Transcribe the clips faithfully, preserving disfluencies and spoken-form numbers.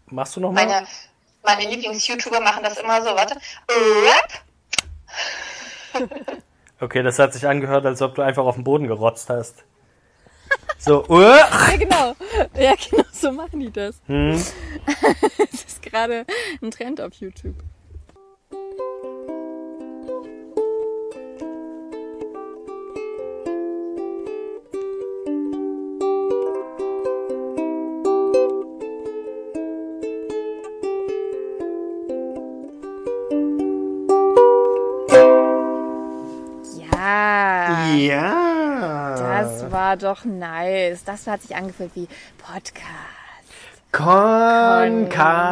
Machst du noch mal? Meine, meine Lieblings-YouTuber machen das immer so, warte. Rap. Okay, das hat sich angehört, als ob du einfach auf den Boden gerotzt hast. So, uh. Ja, genau. Ja, genau, so machen die das. Hm. Das ist gerade ein Trend auf YouTube. Ja. Ja. Das war doch nice. Das hat sich angefühlt wie Podcast. Con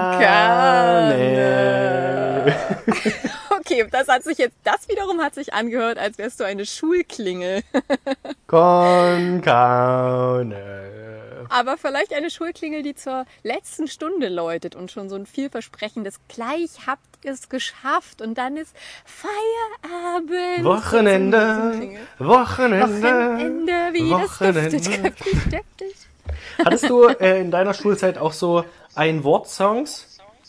Carne. Okay, das hat sich jetzt, das wiederum hat sich angehört, als wärst du eine Schulklingel. Con Carne. Aber vielleicht eine Schulklingel, die zur letzten Stunde läutet und schon so ein vielversprechendes gleich habt ihr es geschafft und dann ist Feierabend. Wochenende, Wochenende, Wochenende, wie Wochenende. das duftet, köpfig, deftig. Hattest du äh, in deiner Schulzeit auch so Ein-Wort-Songs?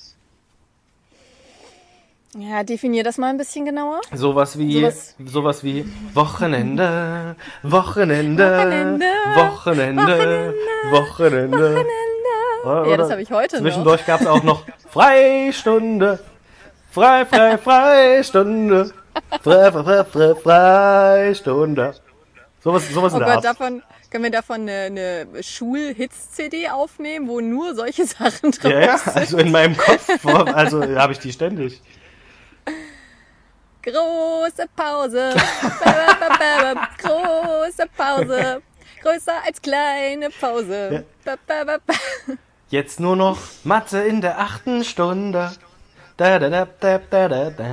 Ja, definier das mal ein bisschen genauer. Sowas wie, Sowas- sowas wie Wochenende, Wochenende, Wochenende, Wochenende, Wochenende. Oder- Ja, das habe ich heute noch. Zwischendurch gab es auch noch Freistunde, frei, frei, Freistunde, frei, frei, frei, frei, Freistunde. Sowas, sowas Oh in der Gott, Art. davon können wir davon eine, eine Schul-Hits-C D aufnehmen, wo nur solche Sachen drauf Ja, ja, sind. also in meinem Kopf, also habe ich die ständig. Große Pause. Ba, ba, ba, ba. Große Pause. Größer als kleine Pause. Ba, ba, ba, ba. Jetzt nur noch Mathe in der achten Stunde. Da, da, da, da, da, da, da.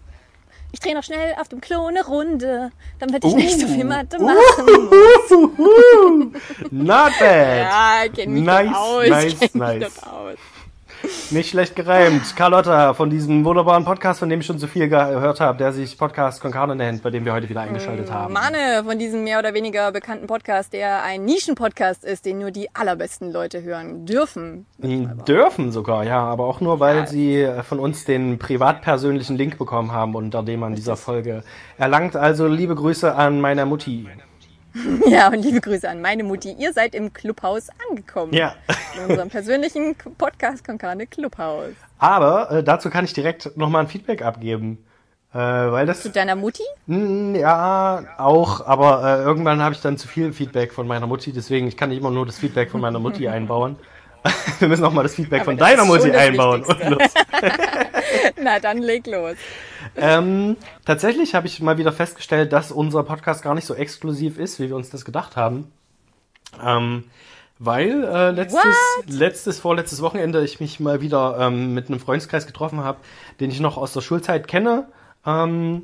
Ich drehe noch schnell auf dem Klo eine Runde, damit ich Uh. nicht so viel Mathe machen muss. Uhuhu. Not bad. Ja, kenn mich Nice, doch aus. nice, kenn nice. mich doch aus. Nicht schlecht gereimt. Carlotta von diesem wunderbaren Podcast, von dem ich schon so viel gehört habe, der sich Podcast Con Carne nennt, bei dem wir heute wieder eingeschaltet haben. Mane von diesem mehr oder weniger bekannten Podcast, der ein Nischenpodcast ist, den nur die allerbesten Leute hören dürfen. Dürfen sogar, ja, aber auch nur, weil Ja. sie von uns den privatpersönlichen Link bekommen haben, unter dem man dieser Folge erlangt. Also liebe Grüße an meine Mutti. Ja, und liebe Grüße an meine Mutti. Ihr seid im Clubhaus angekommen. Ja. In unserem persönlichen Podcast Konkane Clubhaus. Aber äh, dazu kann ich direkt nochmal ein Feedback abgeben. Äh, weil das, Zu deiner Mutti? mh, ja, auch, aber äh, irgendwann habe ich dann zu viel Feedback von meiner Mutti, deswegen ich kann nicht immer nur das Feedback von meiner Mutti einbauen. Wir müssen auch mal das Feedback Aber von das deiner ist Mutti schon das einbauen. Und Wichtigste. los. Na, dann leg los. ähm, tatsächlich habe ich mal wieder festgestellt, dass unser Podcast gar nicht so exklusiv ist, wie wir uns das gedacht haben. Ähm, weil äh, letztes, letztes, vorletztes Wochenende ich mich mal wieder ähm, mit einem Freundeskreis getroffen habe, den ich noch aus der Schulzeit kenne. Ähm,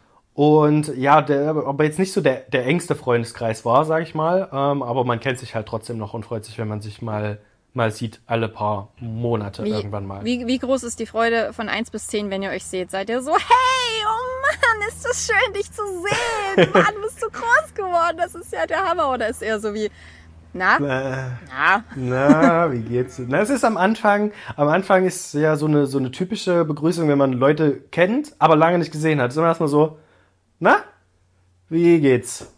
und ja, der aber jetzt nicht so der, der engste Freundeskreis war, sage ich mal. Ähm, aber man kennt sich halt trotzdem noch und freut sich, wenn man sich mal mal sieht, alle paar Monate Wie, irgendwann mal. wie, wie groß ist die Freude von eins bis zehn, wenn ihr euch seht? Seid ihr so, hey, oh Mann, ist das schön, dich zu sehen. Mann, bist du groß geworden. Das ist ja der Hammer. Oder ist eher so wie, na, Äh, na, Na, wie geht's? Na, es ist am Anfang, am Anfang ist ja so eine, so eine typische Begrüßung, wenn man Leute kennt, aber lange nicht gesehen hat. Es ist immer erstmal so, na, wie geht's?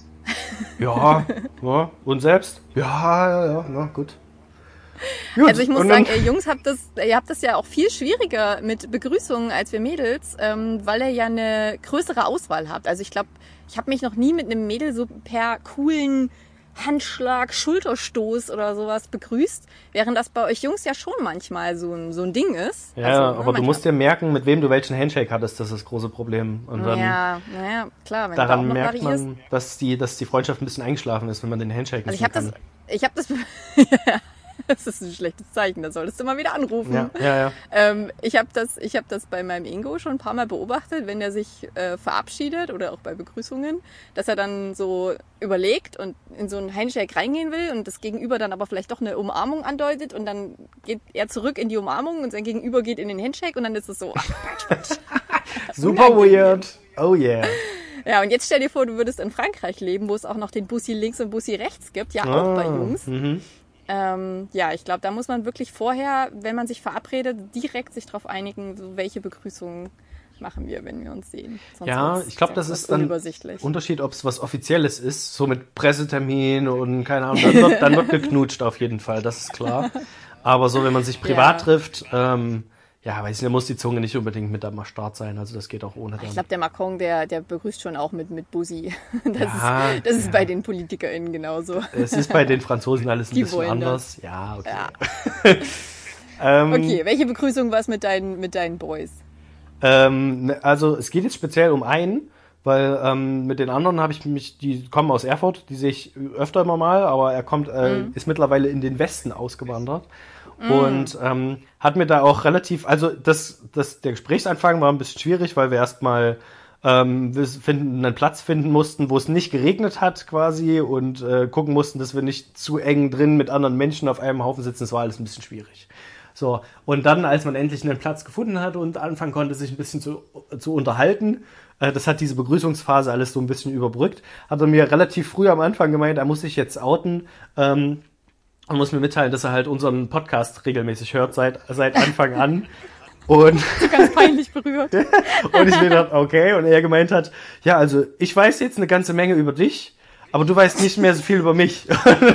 Ja, ja, und selbst? Ja, ja, ja, na, gut. Gut, Also ich muss und dann- sagen, ihr Jungs habt das, ihr habt das ja auch viel schwieriger mit Begrüßungen als wir Mädels, ähm, weil ihr ja eine größere Auswahl habt. Also ich glaube, ich habe mich noch nie mit einem Mädel so per coolen Handschlag, Schulterstoß oder sowas begrüßt, während das bei euch Jungs ja schon manchmal so ein, so ein Ding ist. Ja, also, ne, aber du manchmal- musst dir merken, mit wem du welchen Handshake hattest, das ist das große Problem. Und dann Ja, naja, klar, wenn du da auch daran noch merkt variierst. man, dass die, dass die Freundschaft ein bisschen eingeschlafen ist, wenn man den Handshake Also nicht ich habe mehr das, kann. ich habe das, das ist ein schlechtes Zeichen, da solltest du mal wieder anrufen. Ja, ja, ja. Ähm, ich habe das, ich habe das bei meinem Ingo schon ein paar Mal beobachtet, wenn er sich äh, verabschiedet oder auch bei Begrüßungen, dass er dann so überlegt und in so einen Handshake reingehen will und das Gegenüber dann aber vielleicht doch eine Umarmung andeutet und dann geht er zurück in die Umarmung und sein Gegenüber geht in den Handshake und dann ist es so. Super unangenehm. weird. Oh yeah. Ja, und jetzt stell dir vor, du würdest in Frankreich leben, wo es auch noch den Bussi links und Bussi rechts gibt, ja auch bei Ah, Jungs. Mhm. Ähm, ja, ich glaube, da muss man wirklich vorher, wenn man sich verabredet, direkt sich darauf einigen, so welche Begrüßungen machen wir, wenn wir uns sehen. Sonst ja, ich glaube, das ist dann Unterschied, ob es was Offizielles ist, so mit Pressetermin und keine Ahnung, dann wird, dann wird geknutscht auf jeden Fall, das ist klar. Aber so, wenn man sich privat ja. trifft, ähm, ja, weiß ich, da muss die Zunge nicht unbedingt mit am Start sein, also das geht auch ohne. Dann. Ich glaube, der Macron, der, der begrüßt schon auch mit, mit Bussi. Das, ja, ist, das ja. ist bei den PolitikerInnen genauso. Es ist bei den Franzosen alles ein die bisschen anders. Das. Ja, okay. Ja. ähm, okay, welche Begrüßung war es mit deinen, mit deinen Boys? Ähm, also es geht jetzt speziell um einen, weil ähm, mit den anderen habe ich mich, die kommen aus Erfurt, die sehe ich öfter immer mal, aber er kommt, äh, mm. ist mittlerweile in den Westen ausgewandert mm. und ähm, hat mir da auch relativ, also das, das, der Gesprächsanfang war ein bisschen schwierig, weil wir erstmal ähm, wir finden, einen Platz finden mussten, wo es nicht geregnet hat quasi und äh, gucken mussten, dass wir nicht zu eng drin mit anderen Menschen auf einem Haufen sitzen. Das war alles ein bisschen schwierig. So, und dann, als man endlich einen Platz gefunden hat und anfangen konnte, sich ein bisschen zu, zu unterhalten, äh, das hat diese Begrüßungsphase alles so ein bisschen überbrückt, hat er mir relativ früh am Anfang gemeint, er muss sich jetzt outen ähm, und muss mir mitteilen, dass er halt unseren Podcast regelmäßig hört, seit, seit Anfang an. Und so ganz peinlich berührt. Und ich mir dachte, okay, und er gemeint hat, ja, also ich weiß jetzt eine ganze Menge über dich, aber du weißt nicht mehr so viel über mich.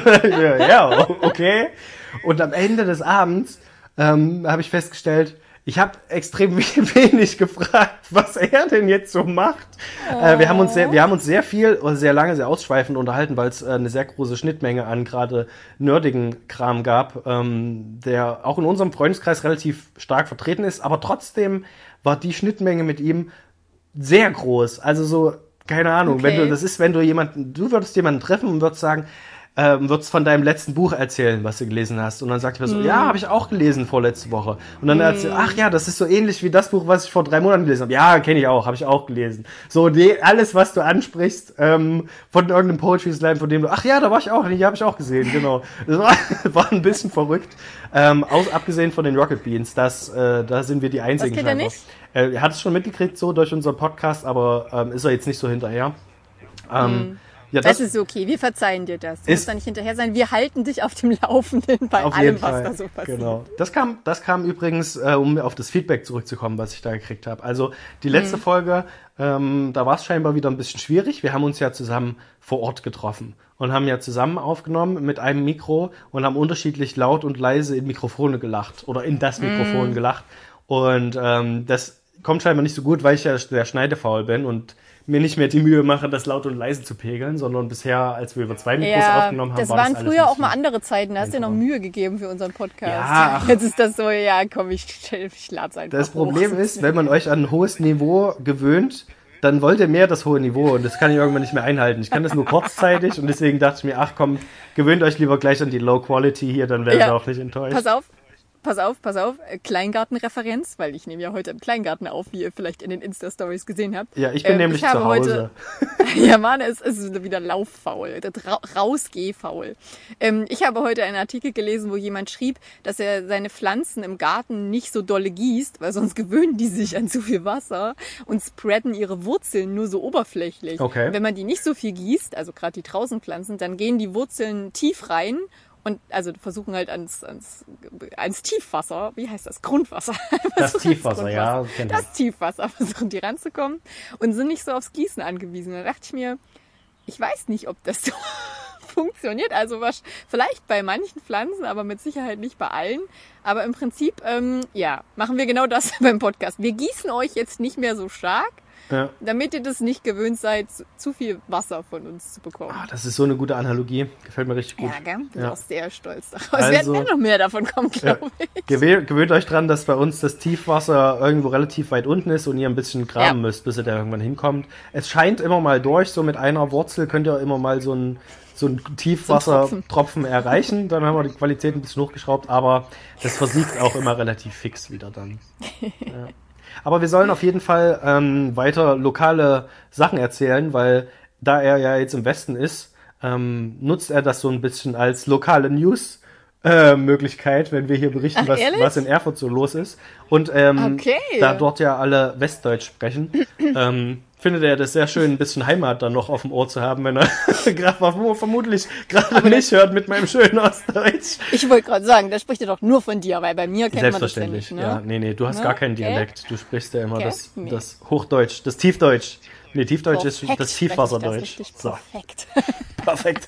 Ja, okay. Und am Ende des Abends Ähm, habe ich festgestellt, ich habe extrem wenig gefragt, was er denn jetzt so macht. Oh. Äh, wir haben uns sehr, wir haben uns sehr viel, oder sehr lange, sehr ausschweifend unterhalten, weil es äh, eine sehr große Schnittmenge an gerade nerdigen Kram gab, ähm, der auch in unserem Freundeskreis relativ stark vertreten ist, aber trotzdem war die Schnittmenge mit ihm sehr groß. Also so, keine Ahnung, okay. wenn du, das ist, wenn du jemanden, du würdest jemanden treffen und würdest sagen, Ähm, würdest von deinem letzten Buch erzählen, was du gelesen hast. Und dann sagt die Person, mm. ja, habe ich auch gelesen vorletzte Woche. Und dann mm. erzählt, ach ja, das ist so ähnlich wie das Buch, was ich vor drei Monaten gelesen habe. Ja, kenne ich auch, habe ich auch gelesen. So, die, alles, was du ansprichst, ähm, von irgendeinem Poetry Slam, von dem du, ach ja, da war ich auch, die habe ich auch gesehen, genau. Das war, war ein bisschen verrückt. Ähm, aus, abgesehen von den Rocket Beans, das, äh, da sind wir die einzigen. Das geht ja nicht? Äh, er hat es schon mitgekriegt, so durch unseren Podcast, aber ähm, ist er jetzt nicht so hinterher. Ähm, mm. Ja, das, das ist okay, wir verzeihen dir das. Du musst da nicht hinterher sein. Wir halten dich auf dem Laufenden bei auf allem, jeden was Fall. da so passiert. Genau. Das kam, das kam übrigens, äh, um auf das Feedback zurückzukommen, was ich da gekriegt habe. Also die letzte mhm. Folge, ähm, da war es scheinbar wieder ein bisschen schwierig. Wir haben uns ja zusammen vor Ort getroffen und haben ja zusammen aufgenommen mit einem Mikro und haben unterschiedlich laut und leise in Mikrofone gelacht oder in das Mikrofon mhm. gelacht. Und ähm, das kommt scheinbar nicht so gut, weil ich ja sehr schneidefaul bin und mir nicht mehr die Mühe mache, das laut und leise zu pegeln, sondern bisher, als wir über zwei Mikros ja, aufgenommen haben, das war waren das früher auch mal andere Zeiten, da hast du dir noch Mühe gegeben für unseren Podcast. Ja, jetzt ist das so, ja komm, ich, ich lade es einfach Das Problem hoch. ist, wenn man euch an ein hohes Niveau gewöhnt, dann wollt ihr mehr das hohe Niveau und das kann ich irgendwann nicht mehr einhalten. Ich kann das nur kurzzeitig und deswegen dachte ich mir, ach komm, gewöhnt euch lieber gleich an die Low Quality hier, dann werdet ihr ja. auch nicht enttäuscht. Pass auf. Pass auf, pass auf, Kleingartenreferenz, weil ich nehme ja heute im Kleingarten auf, wie ihr vielleicht in den Insta-Stories gesehen habt. Ja, ich bin ähm, nämlich ich zu Hause. Heute, ja, Mann, es ist wieder lauffaul, rausgehfaul. Ähm, ich habe heute einen Artikel gelesen, wo jemand schrieb, dass er seine Pflanzen im Garten nicht so dolle gießt, weil sonst gewöhnen die sich an zu viel Wasser und spreaden ihre Wurzeln nur so oberflächlich. Okay. Wenn man die nicht so viel gießt, also gerade die Draußenpflanzen, dann gehen die Wurzeln tief rein. Und also versuchen halt ans, ans, ans Tiefwasser, wie heißt das? Grundwasser. Das Tiefwasser, ja. Das Tiefwasser versuchen die ranzukommen und sind nicht so aufs Gießen angewiesen. Da dachte ich mir, ich weiß nicht, ob das so funktioniert. Also was, vielleicht bei manchen Pflanzen, aber mit Sicherheit nicht bei allen. Aber im Prinzip, ähm, ja, machen wir genau das beim Podcast. Wir gießen euch jetzt nicht mehr so stark. Ja. Damit ihr das nicht gewöhnt seid, zu viel Wasser von uns zu bekommen. Ah, das ist so eine gute Analogie. Gefällt mir richtig gut. Ja, gell? Bin ja. auch sehr stolz darauf. Also, es werden ja noch mehr davon kommen, glaube ja. ich. Gewöhnt, gewöhnt euch dran, dass bei uns das Tiefwasser irgendwo relativ weit unten ist und ihr ein bisschen graben ja. müsst, bis ihr da irgendwann hinkommt. Es scheint immer mal durch, so mit einer Wurzel könnt ihr immer mal so ein so ein Tiefwassertropfen erreichen. Dann haben wir die Qualität ein bisschen hochgeschraubt, aber das versiegt auch immer relativ fix wieder dann. Ja. Aber wir sollen auf jeden Fall ähm, weiter lokale Sachen erzählen, weil da er ja jetzt im Westen ist, ähm, nutzt er das so ein bisschen als lokale News äh, Möglichkeit, wenn wir hier berichten, Ach, was, was in Erfurt so los ist. Und ähm, okay. da dort ja alle Westdeutsch sprechen, ähm, findet er das sehr schön, ein bisschen Heimat dann noch auf dem Ohr zu haben, wenn er gerade vermutlich gerade mich hört mit meinem schönen Ostdeutsch. Ich wollte gerade sagen, da spricht er doch nur von dir, weil bei mir kennt man das ja Selbstverständlich, nicht. Ne? ja. Nee, nee, du hast Ne? gar keinen Okay. Dialekt. Du sprichst ja immer Okay. das, Nee. das Hochdeutsch, das Tiefdeutsch. Nee, Tiefdeutsch ist Perfekt das spreche ich Tiefwasserdeutsch. Das richtig So, perfekt. perfekt.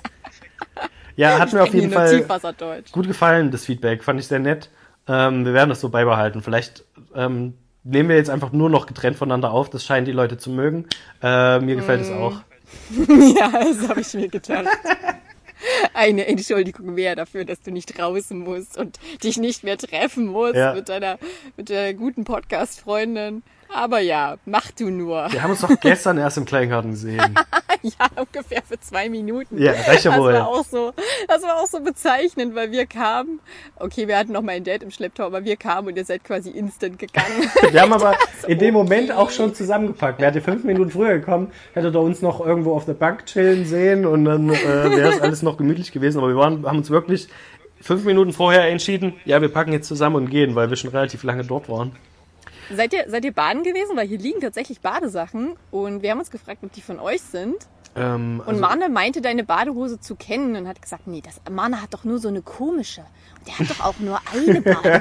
Ja, hat mir auf jeden Nur Fall Tiefwasserdeutsch. gut gefallen, das Feedback. Fand ich sehr nett. Ähm, wir werden das so beibehalten. Vielleicht ähm, nehmen wir jetzt einfach nur noch getrennt voneinander auf. Das scheinen die Leute zu mögen. Äh, mir gefällt es auch. Ja, das habe ich mir gedacht. Eine Entschuldigung mehr dafür, dass du nicht draußen musst und dich nicht mehr treffen musst Ja. mit deiner, mit deiner guten Podcast-Freundin. Aber ja, mach du nur. Wir haben uns doch gestern erst im Kleingarten gesehen. Ja, ungefähr für zwei Minuten. Ja, reicht ja Das wohl. war auch so, das war auch so bezeichnend, weil wir kamen. Okay, wir hatten noch mal ein Date im Schlepptau, aber wir kamen und ihr seid quasi instant gegangen. Wir haben aber in dem okay. Moment auch schon zusammengepackt. Wärt ihr fünf Minuten früher gekommen, hättet ihr uns noch irgendwo auf der Bank chillen sehen und dann äh, wäre es alles noch gemütlich gewesen. Aber wir waren, haben uns wirklich fünf Minuten vorher entschieden, ja, wir packen jetzt zusammen und gehen, weil wir schon relativ lange dort waren. Seid ihr, seid ihr baden gewesen? Weil hier liegen tatsächlich Badesachen und wir haben uns gefragt, ob die von euch sind. Ähm, Und also, Marne meinte, deine Badehose zu kennen und hat gesagt, nee, das, Marne hat doch nur so eine komische. Und der hat doch auch nur eine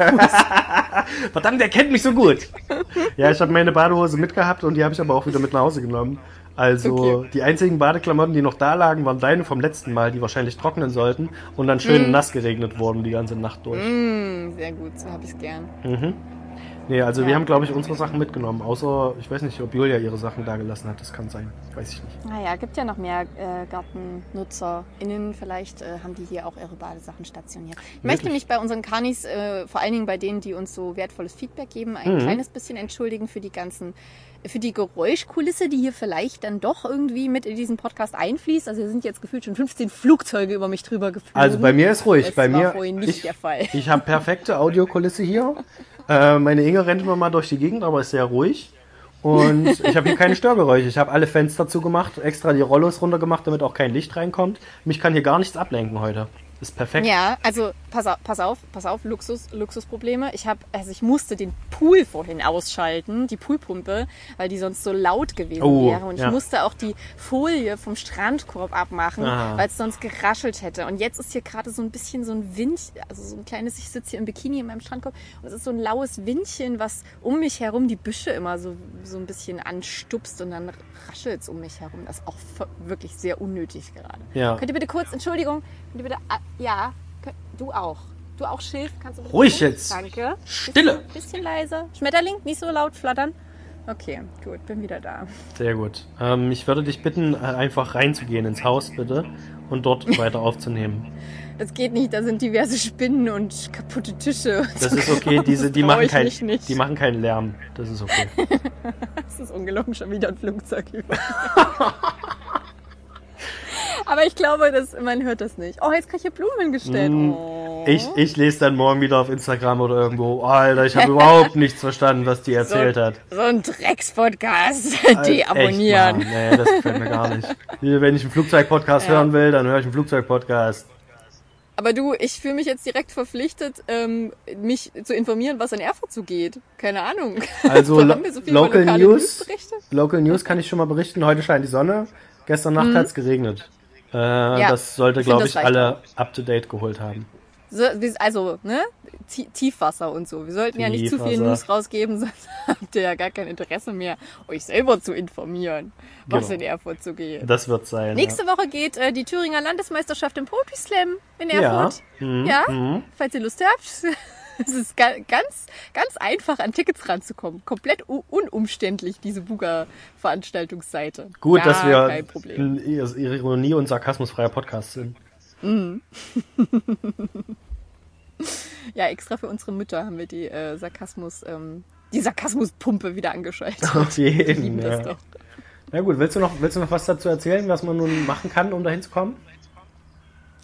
Badehose. verdammt, der kennt mich so gut. Ja, ich habe meine Badehose mitgehabt und die habe ich aber auch wieder mit nach Hause genommen. Also Okay. die einzigen Badeklamotten, die noch da lagen, waren deine vom letzten Mal, die wahrscheinlich trocknen sollten und dann schön nass geregnet wurden die ganze Nacht durch. Mm, sehr gut, so habe ich es gern. Mhm. Nee, also Ja. wir haben, glaube ich, unsere Sachen mitgenommen. Außer, ich weiß nicht, ob Julia ihre Sachen da gelassen hat. Das kann sein. Weiß ich nicht. Naja, gibt ja noch mehr äh, GartennutzerInnen. Vielleicht äh, haben die hier auch ihre Badesachen stationiert. Ich möchte Möglich. mich bei unseren Kanis, äh, vor allen Dingen bei denen, die uns so wertvolles Feedback geben, ein Mhm. kleines bisschen entschuldigen für die ganzen, für die Geräuschkulisse, die hier vielleicht dann doch irgendwie mit in diesen Podcast einfließt. Also hier sind jetzt gefühlt schon fünfzehn Flugzeuge über mich drüber geflogen. Also bei mir ist ruhig. Das bei war mir, vorhin nicht ich, der Fall. ich habe perfekte Audiokulisse hier. Äh, meine Inge rennt immer mal durch die Gegend, aber ist sehr ruhig. Und ich habe hier keine Störgeräusche. Ich habe alle Fenster zugemacht, extra die Rollos runtergemacht, damit auch kein Licht reinkommt. Mich kann hier gar nichts ablenken heute. Ist perfekt. Ja, also pass auf, pass auf, pass auf, Luxus, Luxusprobleme. Ich habe, also ich musste den Pool vorhin ausschalten, die Poolpumpe, weil die sonst so laut gewesen Oh, wäre. Und ja. ich musste auch die Folie vom Strandkorb abmachen, Aha. weil es sonst geraschelt hätte. Und jetzt ist hier gerade so ein bisschen so ein Wind, also so ein kleines, ich sitze hier im Bikini in meinem Strandkorb und es ist so ein laues Windchen, was um mich herum die Büsche immer so, so ein bisschen anstupst und dann raschelt es um mich herum. Das ist auch v- wirklich sehr unnötig gerade. Ja. Könnt ihr bitte kurz, Entschuldigung, könnt ihr bitte, ah, ja, könnt, du auch. Du auch, Schilf, kannst du bitte Ruhig kurz? jetzt. Danke. Stille. Bisschen, bisschen leiser. Schmetterling, nicht so laut flattern. Okay, gut, bin wieder da. Sehr gut. Ähm, ich würde dich bitten, äh, einfach reinzugehen ins Haus, bitte, und dort weiter aufzunehmen. Das geht nicht, da sind diverse Spinnen und kaputte Tische. Und Das so ist okay, Kram. diese, Das die, trau machen ich kein, mich nicht. die machen keinen Lärm. Das ist okay. Das ist ungelogen schon wieder ein Flugzeug über. Aber ich glaube, dass, man hört das nicht. Oh, jetzt krieg ich hier Blumen gestellt. Mm, Oh. Ich, ich lese dann morgen wieder auf Instagram oder irgendwo, Alter, ich habe überhaupt nichts verstanden, was die erzählt so, hat. So ein Dreckspodcast. Alter, Deabonnieren. echt, Mann. Nee, das gefällt mir gar nicht. Hier, wenn ich einen Flugzeugpodcast Ja. hören will, dann höre ich einen Flugzeugpodcast. Aber du, ich fühle mich jetzt direkt verpflichtet, ähm, mich zu informieren, was in Erfurt so geht. Keine Ahnung. Also Haben lo wir so viel über Local lokale News, Newsberichte? Local News kann ich schon mal berichten. Heute scheint die Sonne. Gestern Nacht hat's geregnet. Äh, das sollte, ich finde, glaube das ich, reicht alle up to date geholt haben. So, wir- also, ne? Tie- Tiefwasser und so. Wir sollten ja nicht zu viel Tiefwasser. News rausgeben, sonst habt ihr ja gar kein Interesse mehr, euch selber zu informieren, was Genau. in Erfurt so geht. Das wird sein. Nächste Woche geht äh, die Thüringer Landesmeisterschaft im Poetry Slam in Ja. Erfurt. Mhm. Ja, Mhm. falls ihr Lust habt. Es ist ga ganz, ganz einfach, an Tickets ranzukommen. Komplett u- unumständlich, diese Buga-Veranstaltungsseite. Gut, Gar dass wir kein Problem. ein Ironie- und sarkasmusfreier Podcast sind. Ja, extra für unsere Mütter haben wir die äh, Sarkasmus, ähm, die Sarkasmuspumpe wieder angeschaltet. Auf Die jeden lieben das ja. doch. Na gut, willst du, noch, willst du noch was dazu erzählen, was man nun machen kann, um dahin zu kommen?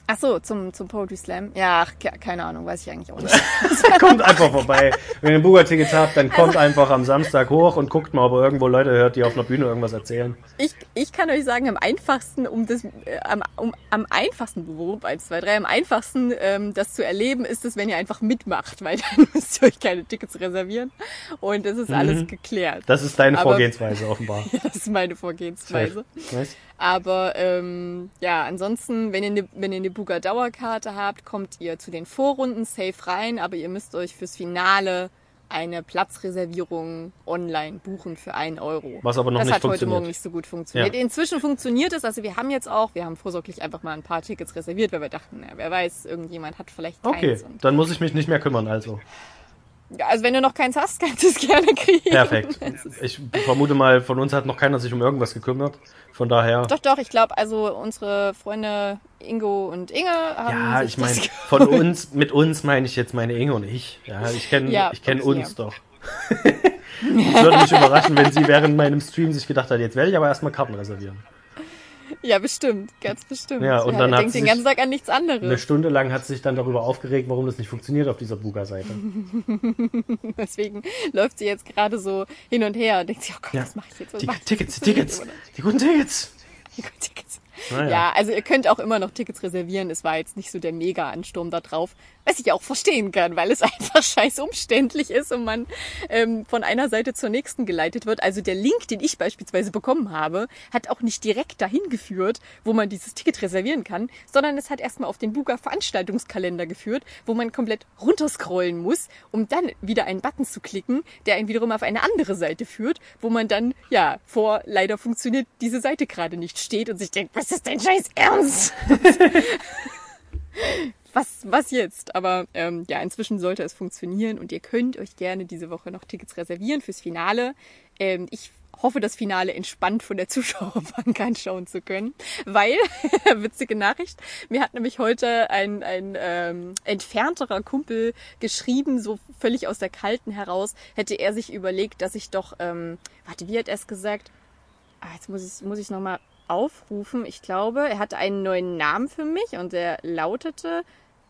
Ach so, zum, zum Poetry Slam. Ja, ach, ke- keine Ahnung, weiß ich eigentlich auch nicht. Kommt einfach vorbei. Wenn ihr ein Buga-Ticket habt, dann kommt einfach am Samstag hoch und guckt mal, ob ihr irgendwo Leute hört, die auf einer Bühne irgendwas erzählen. Ich, ich kann euch sagen, am einfachsten, um das, äh, am, um, am einfachsten, Beruf, eins, zwei, drei, am einfachsten, ähm, das zu erleben, ist es, wenn ihr einfach mitmacht, weil dann müsst ihr euch keine Tickets reservieren und es ist alles Mhm. geklärt. Das ist deine Aber- Vorgehensweise offenbar. Ja, das ist meine Vorgehensweise. Weißt? Aber ähm, ja, ansonsten, wenn ihr eine wenn ihr eine Buga Dauerkarte habt, kommt ihr zu den Vorrunden safe rein, aber ihr müsst euch fürs Finale eine Platzreservierung online buchen für einen Euro. Was aber noch das nicht hat heute funktioniert. Morgen nicht so gut funktioniert. Ja. Inzwischen funktioniert es, also wir haben jetzt auch, wir haben vorsorglich einfach mal ein paar Tickets reserviert, weil wir dachten, na, wer weiß, irgendjemand hat vielleicht keins. Okay, Und, dann muss ich mich nicht mehr kümmern, also. ja, also wenn du noch keins hast, kannst du es gerne kriegen. Perfekt. Ich vermute mal, von uns hat noch keiner sich um irgendwas gekümmert. Von daher. Doch, doch, ich glaube, also unsere Freunde Ingo und Inge haben Ja, sich ich meine, das von uns, mit uns meine ich jetzt meine Inge und ich. Ja, ich kenne Ja, ich kenn okay. uns doch. Es würde mich überraschen, wenn sie während meinem Stream sich gedacht hat, jetzt werde ich aber erstmal Karten reservieren. Ja, bestimmt, ganz bestimmt. Ja, und dann er hat denkt sie den sich ganzen Tag an nichts Eine anderes. Stunde lang hat sie sich dann darüber aufgeregt, warum das nicht funktioniert auf dieser Buga-Seite. Deswegen läuft sie jetzt gerade so hin und her und denkt sich, oh Gott, Ja. was mache ich jetzt? Was Die mach ich Tickets, jetzt? die Tickets, die guten Tickets. Die guten Tickets. Naja. Ja, also ihr könnt auch immer noch Tickets reservieren. Es war jetzt nicht so der Mega-Ansturm da drauf, was ich auch verstehen kann, weil es einfach scheiß umständlich ist und man ähm, von einer Seite zur nächsten geleitet wird. Also der Link, den ich beispielsweise bekommen habe, hat auch nicht direkt dahin geführt, wo man dieses Ticket reservieren kann, sondern es hat erstmal auf den Buga-Veranstaltungskalender geführt, wo man komplett runterscrollen muss, um dann wieder einen Button zu klicken, der einen wiederum auf eine andere Seite führt, wo man dann, ja, vor leider funktioniert diese Seite gerade nicht steht und sich denkt, was ist dein scheiß Ernst? was, was jetzt? Aber ähm, ja, inzwischen sollte es funktionieren und ihr könnt euch gerne diese Woche noch Tickets reservieren fürs Finale. Ähm, ich hoffe, das Finale entspannt von der Zuschauerbank anschauen zu können, weil, witzige Nachricht, mir hat nämlich heute ein, ein ähm, entfernterer Kumpel geschrieben, so völlig aus der Kalten heraus, hätte er sich überlegt, dass ich doch, ähm, warte, wie hat er es gesagt? Ah, jetzt muss ich, muss ich nochmal aufrufen. Ich glaube, er hatte einen neuen Namen für mich und der lautete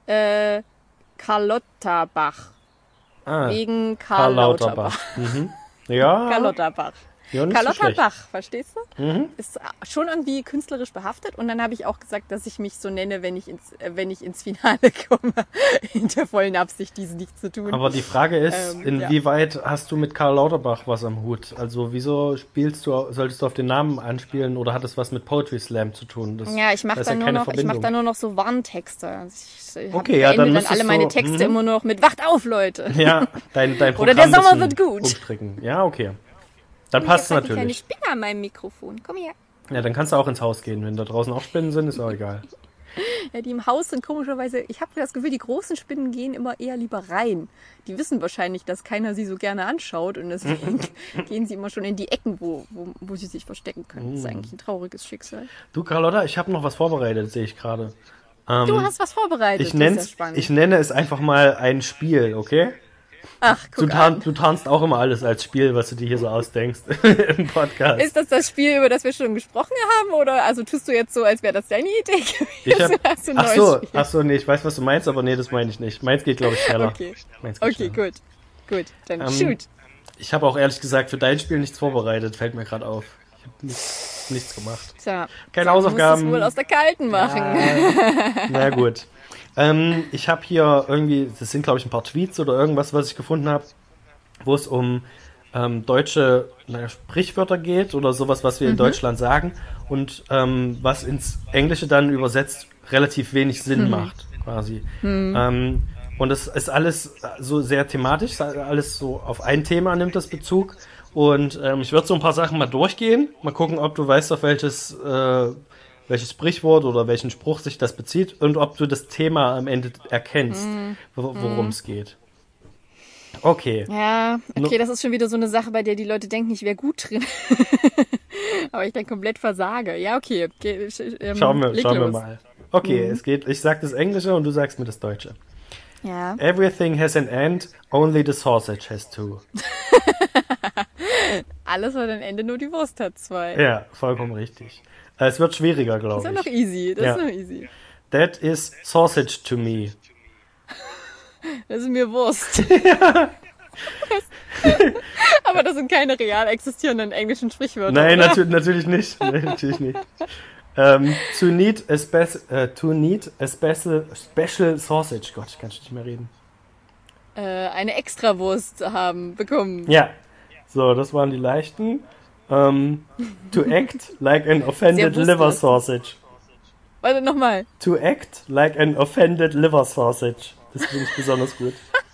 äh, Carlotta Bach. Ah, Wegen Karl Karl Lauterbach. Lauterbach. Mhm. Ja, Karl Lauterbach. ja, nicht so Carlotta schlecht. Bach, verstehst du? Mhm. Ist schon irgendwie künstlerisch behaftet. Und dann habe ich auch gesagt, dass ich mich so nenne, wenn ich ins, äh, wenn ich ins Finale komme. In der vollen Absicht, dies nicht zu tun. Aber die Frage ist, Ähm, inwieweit hast du mit Karl Lauterbach was am Hut? Also wieso spielst du, solltest du auf den Namen anspielen oder hat es was mit Poetry Slam zu tun? Das, Ja, ich mache da ist dann, ja nur keine noch, ich mach Verbindung. dann nur noch so Warntexte. Also ich ich hab- Okay, ja, beende dann dann müsstest alle meine du- Texte mhm. immer nur noch mit Wacht auf, Leute. Ja, dein, dein Oder Programm der Sommer bisschen wird gut. umstricken. Ja, okay. Dann Ich passt es hab grad die kleine natürlich. Spinne an meinem Mikrofon. Komm her. Ja, dann kannst du auch ins Haus gehen. Wenn da draußen auch Spinnen sind, ist auch egal. Ja, die im Haus sind komischerweise, ich habe das Gefühl, die großen Spinnen gehen immer eher lieber rein. Die wissen wahrscheinlich, dass keiner sie so gerne anschaut und deswegen gehen sie immer schon in die Ecken, wo, wo, wo sie sich verstecken können. Das ist eigentlich ein trauriges Schicksal. Du, Carlotta, ich habe noch was vorbereitet, sehe ich gerade. Ähm, Du hast was vorbereitet. ich, das ist ja nenn's, spannend. ich nenne es einfach mal ein Spiel, okay? Ach, Du, guck tarn, an. du tarnst auch immer alles als Spiel, was du dir hier so ausdenkst im Podcast. Ist das das Spiel, über das wir schon gesprochen haben? Oder also tust du jetzt so, als wäre das deine Idee gewesen? Ich hab, Hast du ein ach neues so, Spiel? ach so, nee, ich weiß, was du meinst, aber nee, das meine ich nicht. Meins geht, glaube ich, schneller. Okay, Meins geht okay, schneller. gut. Gut, dann Ähm, shoot. Ich habe auch ehrlich gesagt für dein Spiel nichts vorbereitet, fällt mir gerade auf. Ich habe nichts, nichts gemacht. Tja, keine dann Hausaufgaben. musst du es wohl aus der Kalten machen. Na gut. Ähm, ich habe hier irgendwie, das sind glaube ich ein paar Tweets oder irgendwas, was ich gefunden habe, wo es um ähm, deutsche naja, Sprichwörter geht oder sowas, was wir in Deutschland sagen und ähm, was ins Englische dann übersetzt relativ wenig Sinn macht, quasi. Ähm, und es ist alles so sehr thematisch, alles so auf ein Thema nimmt das Bezug. Und ähm, ich würde so ein paar Sachen mal durchgehen, mal gucken, ob du weißt, auf welches, äh, welches Sprichwort oder welchen Spruch sich das bezieht und ob du das Thema am Ende erkennst, wo- worum es geht. Okay. Ja, No- okay, das ist schon wieder so eine Sache, bei der die Leute denken, ich wäre gut drin. Aber ich dann komplett versage. Ja, okay. Ge ähm, Schauen wir, leg schauen wir los. mal. Okay, es geht, ich sag das Englische und du sagst mir das Deutsche. Ja. Everything has an end, only the sausage has two. Alles hat ein Ende, nur die Wurst hat zwei. Ja, vollkommen richtig. Äh, Es wird schwieriger, Das ist glaube ja noch ich. easy. Das Ja. ist noch easy. That is sausage to me. Das ist mir Wurst. Aber das sind keine real existierenden englischen Sprichwörter. Nein, oder? natu- natürlich nicht. Nein, natürlich nicht. Um, to need a spec- uh, to need a special special sausage. Gott, ich kann nicht mehr reden. Äh, eine Extrawurst haben bekommen. Ja. So, das waren die leichten. Um, to act like an offended Sehr liver wurstlos. sausage. Warte, nochmal. To act like an offended liver sausage. Das finde ich besonders gut.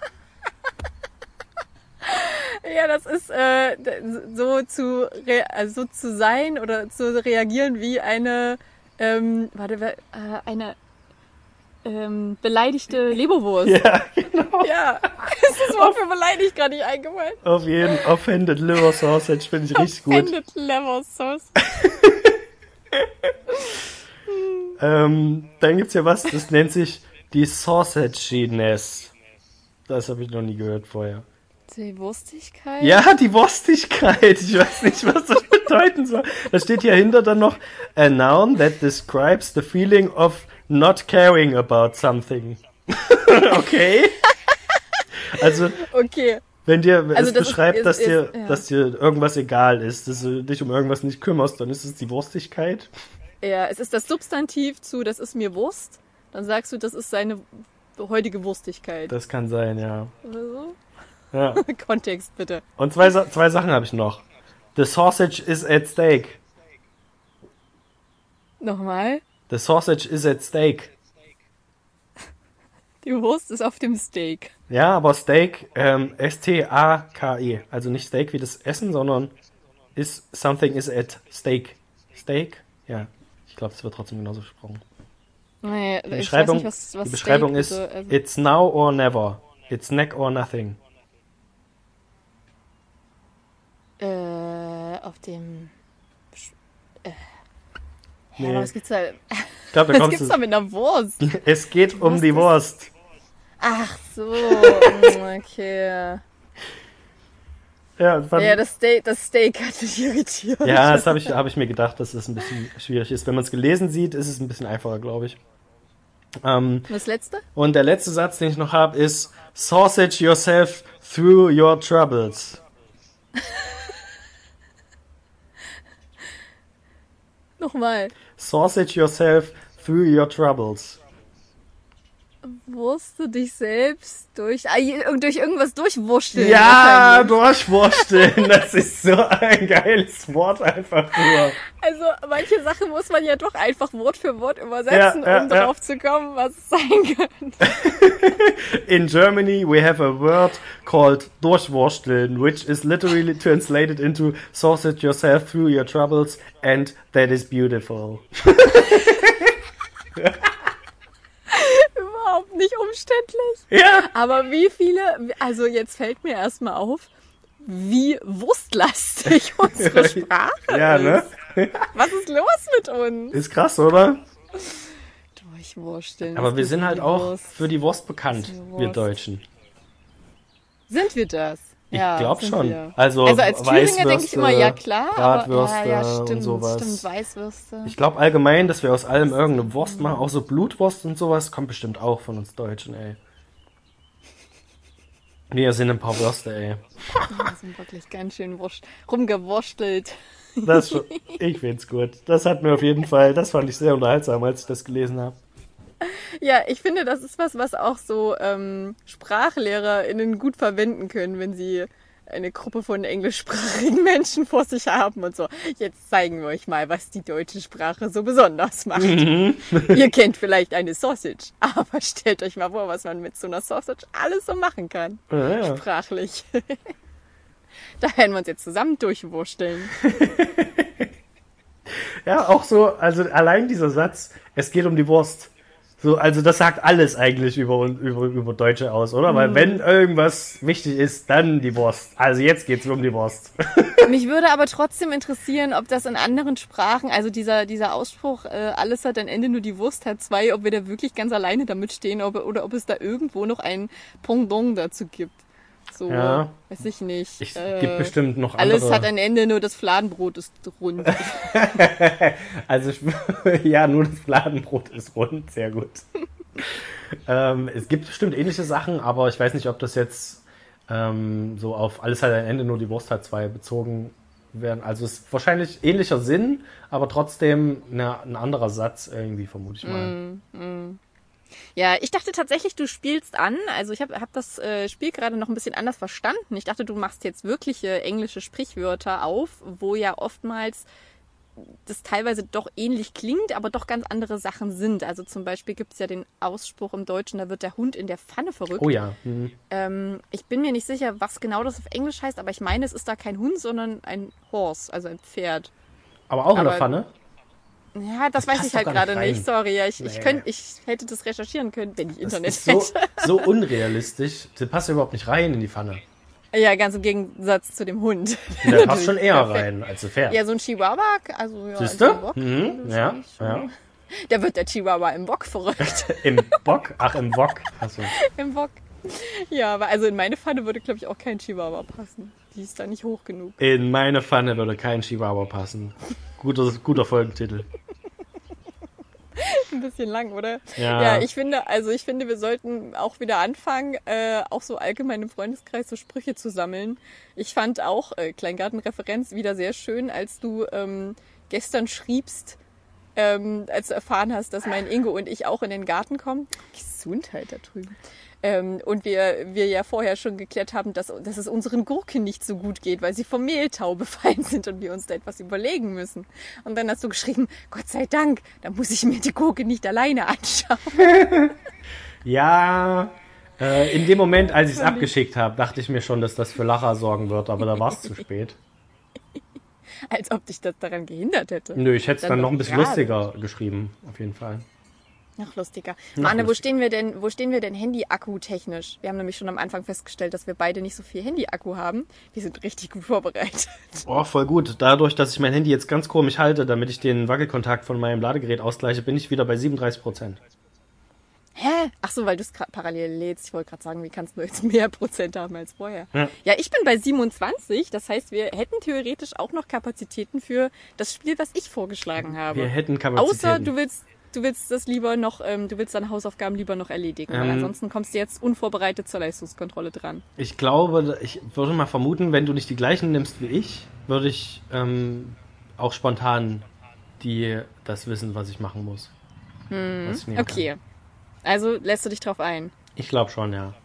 Ja, das ist äh, so zu re- also so zu sein oder zu reagieren wie eine ähm, warte äh, eine ähm, beleidigte Leberwurst. Ja, genau. Ja, ist das Wort für beleidigt gerade nicht eingefallen. Auf jeden offended liver sausage finde ich richtig gut. Offended Lever Sauce. Ähm, dann gibt's ja was, das nennt sich die Sausaginess. Das habe ich noch nie gehört vorher. Die Wurstigkeit? Ja, die Wurstigkeit. Ich weiß nicht, was das bedeuten soll. Da steht hier hinter dann noch a noun that describes the feeling of not caring about something. Okay. Also, Okay. wenn dir Also es das ist- beschreibt, ist- dass, ist- dir, ja. dass dir irgendwas egal ist, dass du dich um irgendwas nicht kümmerst, dann ist es die Wurstigkeit. Ja, es ist das Substantiv zu, das ist mir Wurst. Dann sagst du, das ist seine heutige Wurstigkeit. Das kann sein, ja. Oder so? Ja. Kontext bitte. Und zwei, Sa- zwei Sachen habe ich noch. The sausage is at stake. Nochmal. The sausage is at stake. Die Wurst ist auf dem Steak. Ja, aber Steak, ähm, S T A K E. Also nicht Steak wie das Essen, sondern is something is at stake. Steak? Ja. Ich glaube, es wird trotzdem genauso gesprochen. Nee, Die ich Beschreibung, weiß nicht, was, was die Beschreibung Steak ist, bitte, also, it's now or never. It's neck or nothing. äh, auf dem. Äh, Nee. ja, aber was gibt's da? Ich glaube, da Was kommst gibt's da du. mit einer Wurst? Es geht um Was die ist- Wurst. Ach so, mm, okay. Ja, fand, Ja, das Steak, das Steak hat mich irritiert. ja, das habe ich, hab ich mir gedacht, dass es ein bisschen schwierig ist. Wenn man es gelesen sieht, ist es ein bisschen einfacher, glaube ich. Ähm, Und das letzte? und der letzte Satz, den ich noch habe, ist Sausage yourself through your troubles. Nochmal. Sausage yourself through your troubles. Wurste dich selbst durch, ah, je- durch irgendwas durchwurschteln. Ja, wahrscheinlich. durchwursteln. Das ist so ein geiles Wort einfach nur. Also manche Sachen muss man ja doch einfach Wort für Wort übersetzen, Ja, ja, um ja. drauf zu kommen, was es sein könnte. In Germany we have a word called durchwursteln, which is literally translated into sausage yourself through your troubles, and that is beautiful. Überhaupt nicht umständlich. Ja. Aber wie viele, also jetzt fällt mir erstmal auf, wie wurstlastig unsere Sprache Ja, ne? ist. Was ist los mit uns? Ist krass, oder? Durchwursteln. Aber das wir geht sind um halt die auch Wurst. für die Wurst bekannt, Die wir Wurst. Deutschen. Sind wir das? Ich Ja, glaube sind schon. wir. Also, Also als Thüringer denke ich Weißwürste, immer, ja klar, Bratwürste aber ja, ja, und stimmt, sowas. stimmt, Weißwürste. Ich glaube allgemein, dass wir aus allem irgendeine Wurst machen, auch so Blutwurst und sowas, kommt bestimmt auch von uns Deutschen, ey. Wir sind ein paar Würste, ey. Wir sind wirklich ganz schön wurst, rumgewurstelt. Das schon, ich find's gut. Das hat mir auf jeden Fall, das fand ich sehr unterhaltsam, als ich das gelesen habe. Ja, ich finde, das ist was, was auch so ähm, SprachlehrerInnen gut verwenden können, wenn sie eine Gruppe von englischsprachigen Menschen vor sich haben und so. Jetzt zeigen wir euch mal, was die deutsche Sprache so besonders macht. Ihr kennt vielleicht eine Sausage, aber stellt euch mal vor, was man mit so einer Sausage alles so machen kann. Ja, ja. Sprachlich. Da werden wir uns jetzt zusammen durchwursteln. Ja, auch so, also allein dieser Satz, es geht um die Wurst. So, also das sagt alles eigentlich über, über, über Deutsche aus, oder? Weil wenn irgendwas wichtig ist, dann die Wurst. Also jetzt geht's um die Wurst. Mich würde aber trotzdem interessieren, ob das in anderen Sprachen, also dieser, dieser Ausspruch, äh, alles hat ein Ende, nur die Wurst hat zwei, ob wir da wirklich ganz alleine damit stehen ob, oder ob es da irgendwo noch ein Pendant dazu gibt. So, Ja. weiß ich nicht. Es äh, gibt bestimmt noch andere. Alles hat ein Ende, nur das Fladenbrot ist rund. Also, ich, ja, nur das Fladenbrot ist rund. Sehr gut. ähm, es gibt bestimmt ähnliche Sachen, aber ich weiß nicht, ob das jetzt ähm, so auf alles hat ein Ende, nur die Wurst hat zwei bezogen werden. Also, es ist wahrscheinlich ähnlicher Sinn, aber trotzdem eine, ein anderer Satz irgendwie, vermute ich mal. Mm, mm. Ja, ich dachte tatsächlich, du spielst an. Also ich habe hab das äh, Spiel gerade noch ein bisschen anders verstanden. Ich dachte, du machst jetzt wirkliche englische Sprichwörter auf, wo ja oftmals das teilweise doch ähnlich klingt, aber doch ganz andere Sachen sind. Also zum Beispiel gibt es ja den Ausspruch im Deutschen, da wird der Hund in der Pfanne verrückt. Oh ja. Mhm. Ähm, ich bin mir nicht sicher, was genau das auf Englisch heißt, aber ich meine, es ist da kein Hund, sondern ein Horse, also ein Pferd. Aber auch in Aber- der Pfanne? Ja, das, Das weiß passt ich doch halt gar nicht gerade rein. nicht. Sorry, ja, ich, Nee. ich, könnt, ich hätte das recherchieren können, wenn ich Das Internet ist so, hätte. so unrealistisch. Das passt überhaupt nicht rein in die Pfanne. Ja, ganz im Gegensatz zu dem Hund. Der passt schon eher Perfekt. rein als ein Pferd. Ja, so ein Chihuahua, also ja, Siehst also du? ein Bock, Mhm, das ja, finde ich schon- ja. Da wird der Chihuahua im Bock verrückt. Im Bock? Ach, im Wok. Achso. Im Bock. Ja, aber also in meine Pfanne würde, glaube ich, auch kein Chihuahua passen. Die ist da nicht hoch genug. In meine Pfanne würde kein Chihuahua passen. Guter, guter Folgentitel. Ein bisschen lang, oder? Ja. Ja, ich finde, also ich finde, wir sollten auch wieder anfangen, äh, auch so allgemein im Freundeskreis so Sprüche zu sammeln. Ich fand auch äh, Kleingartenreferenz wieder sehr schön, als du ähm, gestern schriebst, ähm, als du erfahren hast, dass mein Ingo und ich auch in den Garten kommen. Gesundheit da drüben. Ähm, und wir, wir ja vorher schon geklärt haben, dass, dass es unseren Gurken nicht so gut geht, weil sie vom Mehltau befallen sind und wir uns da etwas überlegen müssen. Und dann hast du geschrieben, Gott sei Dank, da muss ich mir die Gurke nicht alleine anschauen. Ja, äh, in dem Moment, als ich es abgeschickt habe, dachte ich mir schon, dass das für Lacher sorgen wird, aber da war es zu spät. Als ob dich das daran gehindert hätte. Nö, ich hätte es Dann dann noch doch ein bisschen gerade. lustiger geschrieben, auf jeden Fall. Noch lustiger. Noch Manne, wo lustiger. stehen wir denn, wo stehen wir denn Handy-Akku technisch? Wir haben nämlich schon am Anfang festgestellt, dass wir beide nicht so viel Handy-Akku haben. Wir sind richtig gut vorbereitet. Oh, voll gut. Dadurch, dass ich mein Handy jetzt ganz komisch halte, damit ich den Wackelkontakt von meinem Ladegerät ausgleiche, bin ich wieder bei siebenunddreißig Prozent. Hä? Ach so, weil du es gerade parallel lädst. Ich wollte gerade sagen, wie kannst du jetzt mehr Prozent haben als vorher? Ja. Ja, ich bin bei siebenundzwanzig. Das heißt, wir hätten theoretisch auch noch Kapazitäten für das Spiel, was ich vorgeschlagen habe. Wir hätten Kapazitäten. Außer du willst, du willst das lieber noch, ähm, du willst deine Hausaufgaben lieber noch erledigen. Weil Ähm. ansonsten kommst du jetzt unvorbereitet zur Leistungskontrolle dran. Ich glaube, ich würde mal vermuten, wenn du nicht die gleichen nimmst wie ich, würde ich ähm, auch spontan die das wissen, was ich machen muss. Hm, Was ich nehmen okay. Also lässt du dich drauf ein. kann. Ich glaube schon, ja.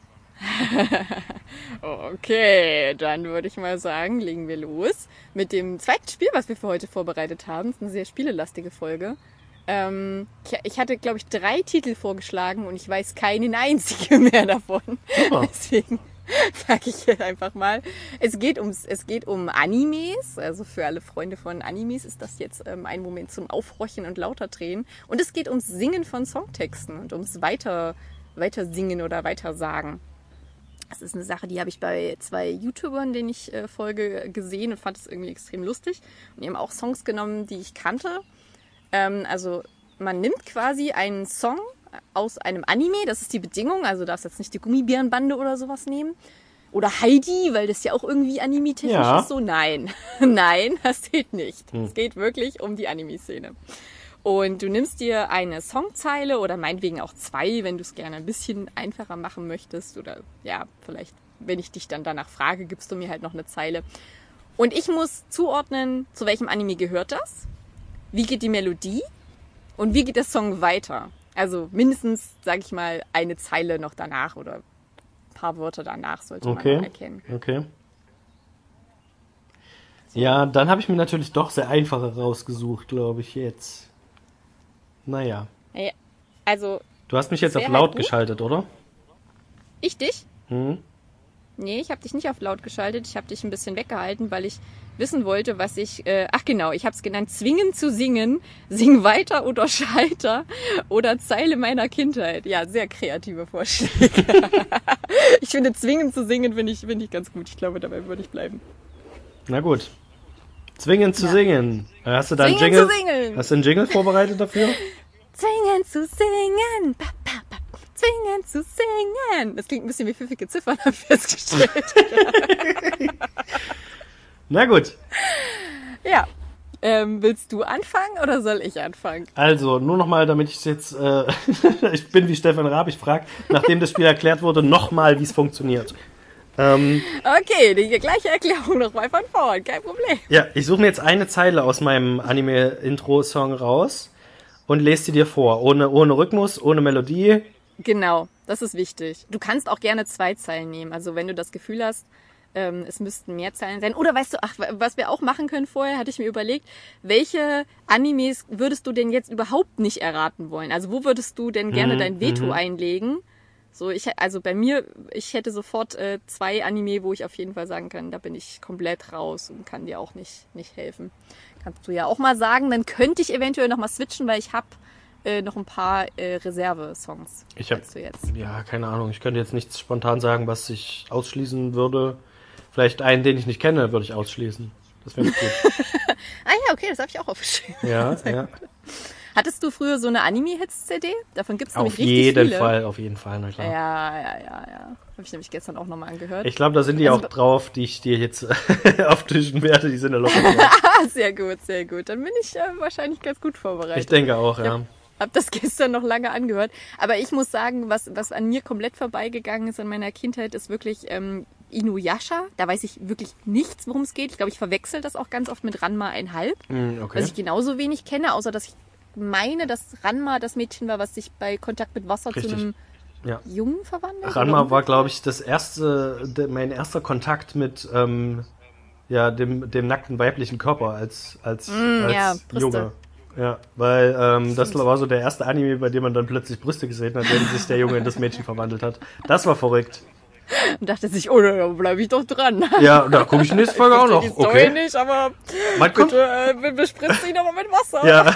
Okay, dann würde ich mal sagen, legen wir los mit dem zweiten Spiel, was wir für heute vorbereitet haben. Das ist eine sehr spielelastige Folge. Ähm, ich, ich hatte, glaube ich, drei Titel vorgeschlagen und ich weiß keinen einzigen mehr davon. Super. Deswegen sage ich jetzt einfach mal. Es geht, ums, es geht um Animes. Also für alle Freunde von Animes ist das jetzt ähm, ein Moment zum Aufhorchen und lauter drehen. Und es geht ums Singen von Songtexten und ums Weiter, weiter singen oder weitersagen. Das ist eine Sache, die habe ich bei zwei YouTubern, denen ich äh, folge, gesehen und fand es irgendwie extrem lustig. Und die haben auch Songs genommen, die ich kannte. Ähm, also man nimmt quasi einen Song aus einem Anime, das ist die Bedingung. Also du darfst jetzt nicht die Gummibärenbande oder sowas nehmen. Oder Heidi, weil das ja auch irgendwie anime-technisch Ja. ist. So, nein. Nein, das zählt nicht. Es geht wirklich um die Anime-Szene. Und du nimmst dir eine Songzeile oder meinetwegen auch zwei, wenn du es gerne ein bisschen einfacher machen möchtest. Oder ja, vielleicht, wenn ich dich dann danach frage, gibst du mir halt noch eine Zeile. Und ich muss zuordnen, zu welchem Anime gehört das? Wie geht die Melodie? Und wie geht der Song weiter? Also mindestens, sag ich mal, eine Zeile noch danach oder ein paar Wörter danach sollte man Okay. noch erkennen. Okay. Ja, dann habe ich mir natürlich doch sehr einfache rausgesucht, glaube ich, jetzt. Naja. Naja, also Du hast mich jetzt Sehr auf laut halt gut. geschaltet, oder? ich dich? Hm? Nee, ich habe dich nicht auf laut geschaltet. Ich habe dich ein bisschen weggehalten, weil ich wissen wollte, was ich... Äh, ach genau, ich habe es genannt, zwingen zu singen. Sing weiter oder scheiter. Oder Zeile meiner Kindheit. Ja, sehr kreative Vorschläge. Ich finde, zwingen zu singen finde ich, finde ich ganz gut. Ich glaube, dabei würde ich bleiben. Na gut. Zwingen zu Ja. singen. Äh, Hast du da einen Zwingen Jingle? zu singen. Hast du einen Jingle vorbereitet dafür? Zwingen zu singen. Pa, pa, pa. zwingen zu singen. Das klingt ein bisschen wie pfiffige Ziffern, habe ich festgestellt. Na gut. Ja. Ähm, willst du anfangen oder soll ich anfangen? Also, nur nochmal, damit ich jetzt, äh, ich bin wie Stefan Raab, ich frage, nachdem das Spiel erklärt wurde, nochmal, wie es funktioniert. Ähm, okay, die gleiche Erklärung nochmal von vorn, kein Problem. Ja, ich suche mir jetzt eine Zeile aus meinem Anime-Intro-Song raus und lese sie dir vor. Ohne, ohne Rhythmus, ohne Melodie. Genau, das ist wichtig. Du kannst auch gerne zwei Zeilen nehmen. Also wenn du das Gefühl hast, ähm, es müssten mehr Zeilen sein. Oder weißt du, ach, was wir auch machen können vorher, hatte ich mir überlegt, welche Animes würdest du denn jetzt überhaupt nicht erraten wollen? Also wo würdest du denn gerne Mhm, dein Veto mhm. einlegen? So, ich, also bei mir, ich hätte sofort äh, zwei Anime, wo ich auf jeden Fall sagen kann, da bin ich komplett raus und kann dir auch nicht, nicht helfen. Kannst du ja auch mal sagen, dann könnte ich eventuell noch mal switchen, weil ich habe äh, noch ein paar äh, Reserve-Songs. Ich habe, Weißt du jetzt? ja, keine Ahnung, ich könnte jetzt nichts spontan sagen, was ich ausschließen würde. Vielleicht einen, den ich nicht kenne, würde ich ausschließen. Das wäre gut. Ah ja, okay, das habe ich auch aufgeschrieben. Ja, ja. Hattest du früher so eine Anime-Hits-C D? Davon gibt es nämlich Auf richtig jeden viele. Fall, auf jeden Fall, na klar. Ja, ja, ja, ja. Habe ich nämlich gestern auch nochmal angehört. Ich glaube, da sind die Also- auch drauf, die ich dir jetzt auftischen werde. Die sind ja locker drauf. Ah, sehr gut, sehr gut. Dann bin ich äh, wahrscheinlich ganz gut vorbereitet. Ich denke auch, ja. Hab das gestern noch lange angehört. Aber ich muss sagen, was, was an mir komplett vorbeigegangen ist in meiner Kindheit, ist wirklich ähm, Inuyasha. Da weiß ich wirklich nichts, worum es geht. Ich glaube, ich verwechsel das auch ganz oft mit Ranma einhalb. Hm, okay. Was ich genauso wenig kenne, außer dass ich meine, dass Ranma das Mädchen war, was sich bei Kontakt mit Wasser Richtig. zu einem Ja. Jungen verwandelt. Ranma Oder war, glaube ich, das erste, de, mein erster Kontakt mit ähm, ja, dem, dem nackten weiblichen Körper als, als, Mm, als ja, Brüste. Junge. Ja, weil ähm, das Stimmt. war so der erste Anime, bei dem man dann plötzlich Brüste gesehen hat, wenn sich der Junge in das Mädchen verwandelt hat. Das war verrückt. Und dachte sich, oh, da bleibe ich doch dran. Ja, da gucke ich nächste Folge auch noch. Die Story Okay. nicht, aber Wann kommt, bitte äh, bespritzt dich nochmal mit Wasser. ja.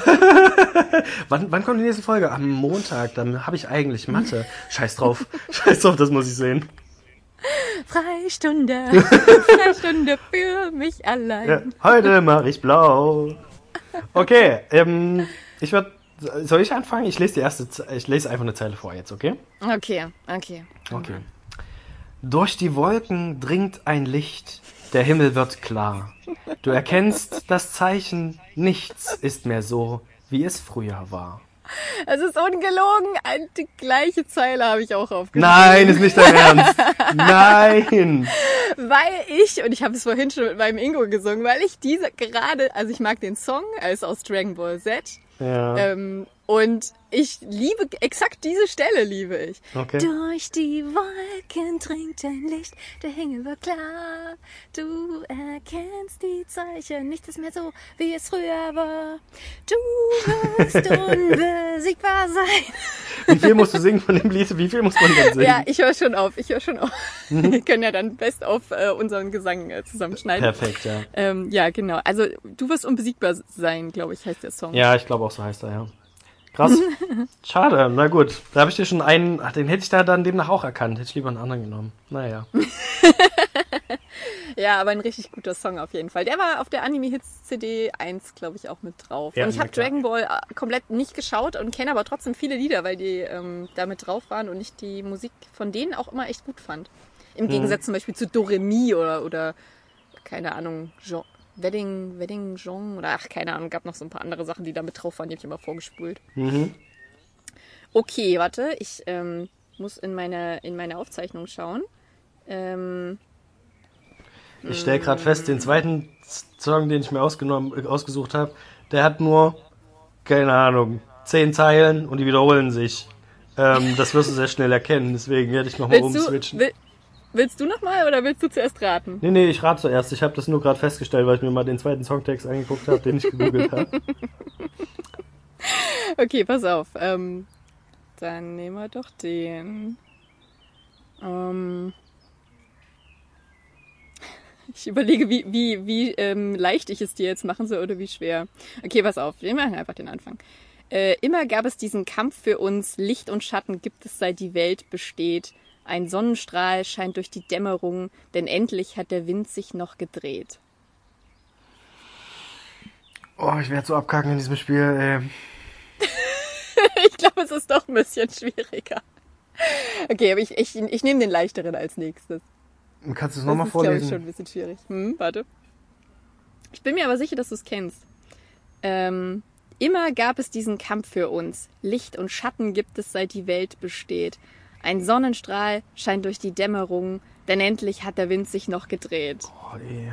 wann, wann kommt die nächste Folge? Am Montag. Dann habe ich eigentlich Mathe. Scheiß drauf. Scheiß drauf, das muss ich sehen. Freistunde, Freistunde für mich allein. Ja, heute mache ich blau. Okay, ähm, ich würde. Soll ich anfangen? Ich lese die erste. Ze- Ich lese einfach eine Zeile vor jetzt, okay? Okay, okay. Okay. Durch die Wolken dringt ein Licht, der Himmel wird klar. Du erkennst das Zeichen, nichts ist mehr so, wie es früher war. Es ist ungelogen, ein- die gleiche Zeile habe ich auch aufgeschrieben. Nein, ist nicht dein Ernst. Nein. Weil ich, und ich habe es vorhin schon mit meinem Ingo gesungen, weil ich diese gerade, also ich mag den Song, er ist aus Dragon Ball Z. Ja, Ähm, und ich liebe, exakt diese Stelle liebe ich. okay. Durch die Wolken dringt ein Licht, der Himmel wird klar. Du erkennst die Zeichen, nichts ist mehr so, wie es früher war. Du wirst unbesiegbar sein. Wie viel musst du singen von dem Lied? Wie viel muss man denn singen? Ja, ich höre schon auf, ich höre schon auf. Wir können ja dann best auf äh, unseren Gesang äh, zusammenschneiden. Perfekt, ja. Ähm, ja, genau. Also du wirst unbesiegbar sein, glaube ich, heißt der Song. Ja, ich glaube auch so heißt er, ja. Krass. Schade, na gut. Da habe ich dir schon einen, ach, den hätte ich da dann demnach auch erkannt. Hätte ich lieber einen anderen genommen. Naja. Ja, aber ein richtig guter Song auf jeden Fall. Der war auf der Anime-Hits-C D eins, glaube ich, auch mit drauf. Ja, und ich na habe klar. Dragon Ball äh, komplett nicht geschaut und kenne aber trotzdem viele Lieder, weil die ähm, da mit drauf waren und ich die Musik von denen auch immer echt gut fand. Im Gegensatz zum Beispiel zu Doremi oder, oder keine Ahnung, Jean, Wedding, Wedding Jean oder ach, keine Ahnung, gab noch so ein paar andere Sachen, die da mit drauf waren, die habe ich immer vorgespult. Mhm. Okay, warte, ich ähm, muss in meine, in meine Aufzeichnung schauen. Ähm, Ich stelle gerade fest, den zweiten Song, den ich mir ausgenommen, ausgesucht habe, der hat nur, keine Ahnung, zehn Zeilen und die wiederholen sich. Ähm, das wirst du sehr schnell erkennen, deswegen werde ich nochmal willst, du, umswitchen. will, willst du nochmal oder willst du zuerst raten? Nee, nee, ich rate zuerst. Ich habe das nur gerade festgestellt, weil ich mir mal den zweiten Songtext angeguckt habe, den ich gegoogelt habe. Okay, pass auf. Ähm, dann nehmen wir doch den. Ähm, ich überlege, wie, wie, wie ähm, leicht ich es dir jetzt machen soll oder wie schwer. Okay, pass auf. Wir machen einfach den Anfang. Äh, immer gab es diesen Kampf für uns. Licht und Schatten gibt es, seit die Welt besteht. Ein Sonnenstrahl scheint durch die Dämmerung, denn endlich hat der Wind sich noch gedreht. Oh, ich werde so abkacken in diesem Spiel, ey. Ich glaube, es ist doch ein bisschen schwieriger. Okay, aber ich, ich, ich nehme den leichteren als nächstes. Kannst du es nochmal Das ist, vorlesen? glaube ich, schon ein bisschen schwierig. Hm, warte. Ich bin mir aber sicher, dass du es kennst. Ähm, immer gab es diesen Kampf für uns. Licht und Schatten gibt es, seit die Welt besteht. Ein Sonnenstrahl scheint durch die Dämmerung, denn endlich hat der Wind sich noch gedreht. Oh, ey.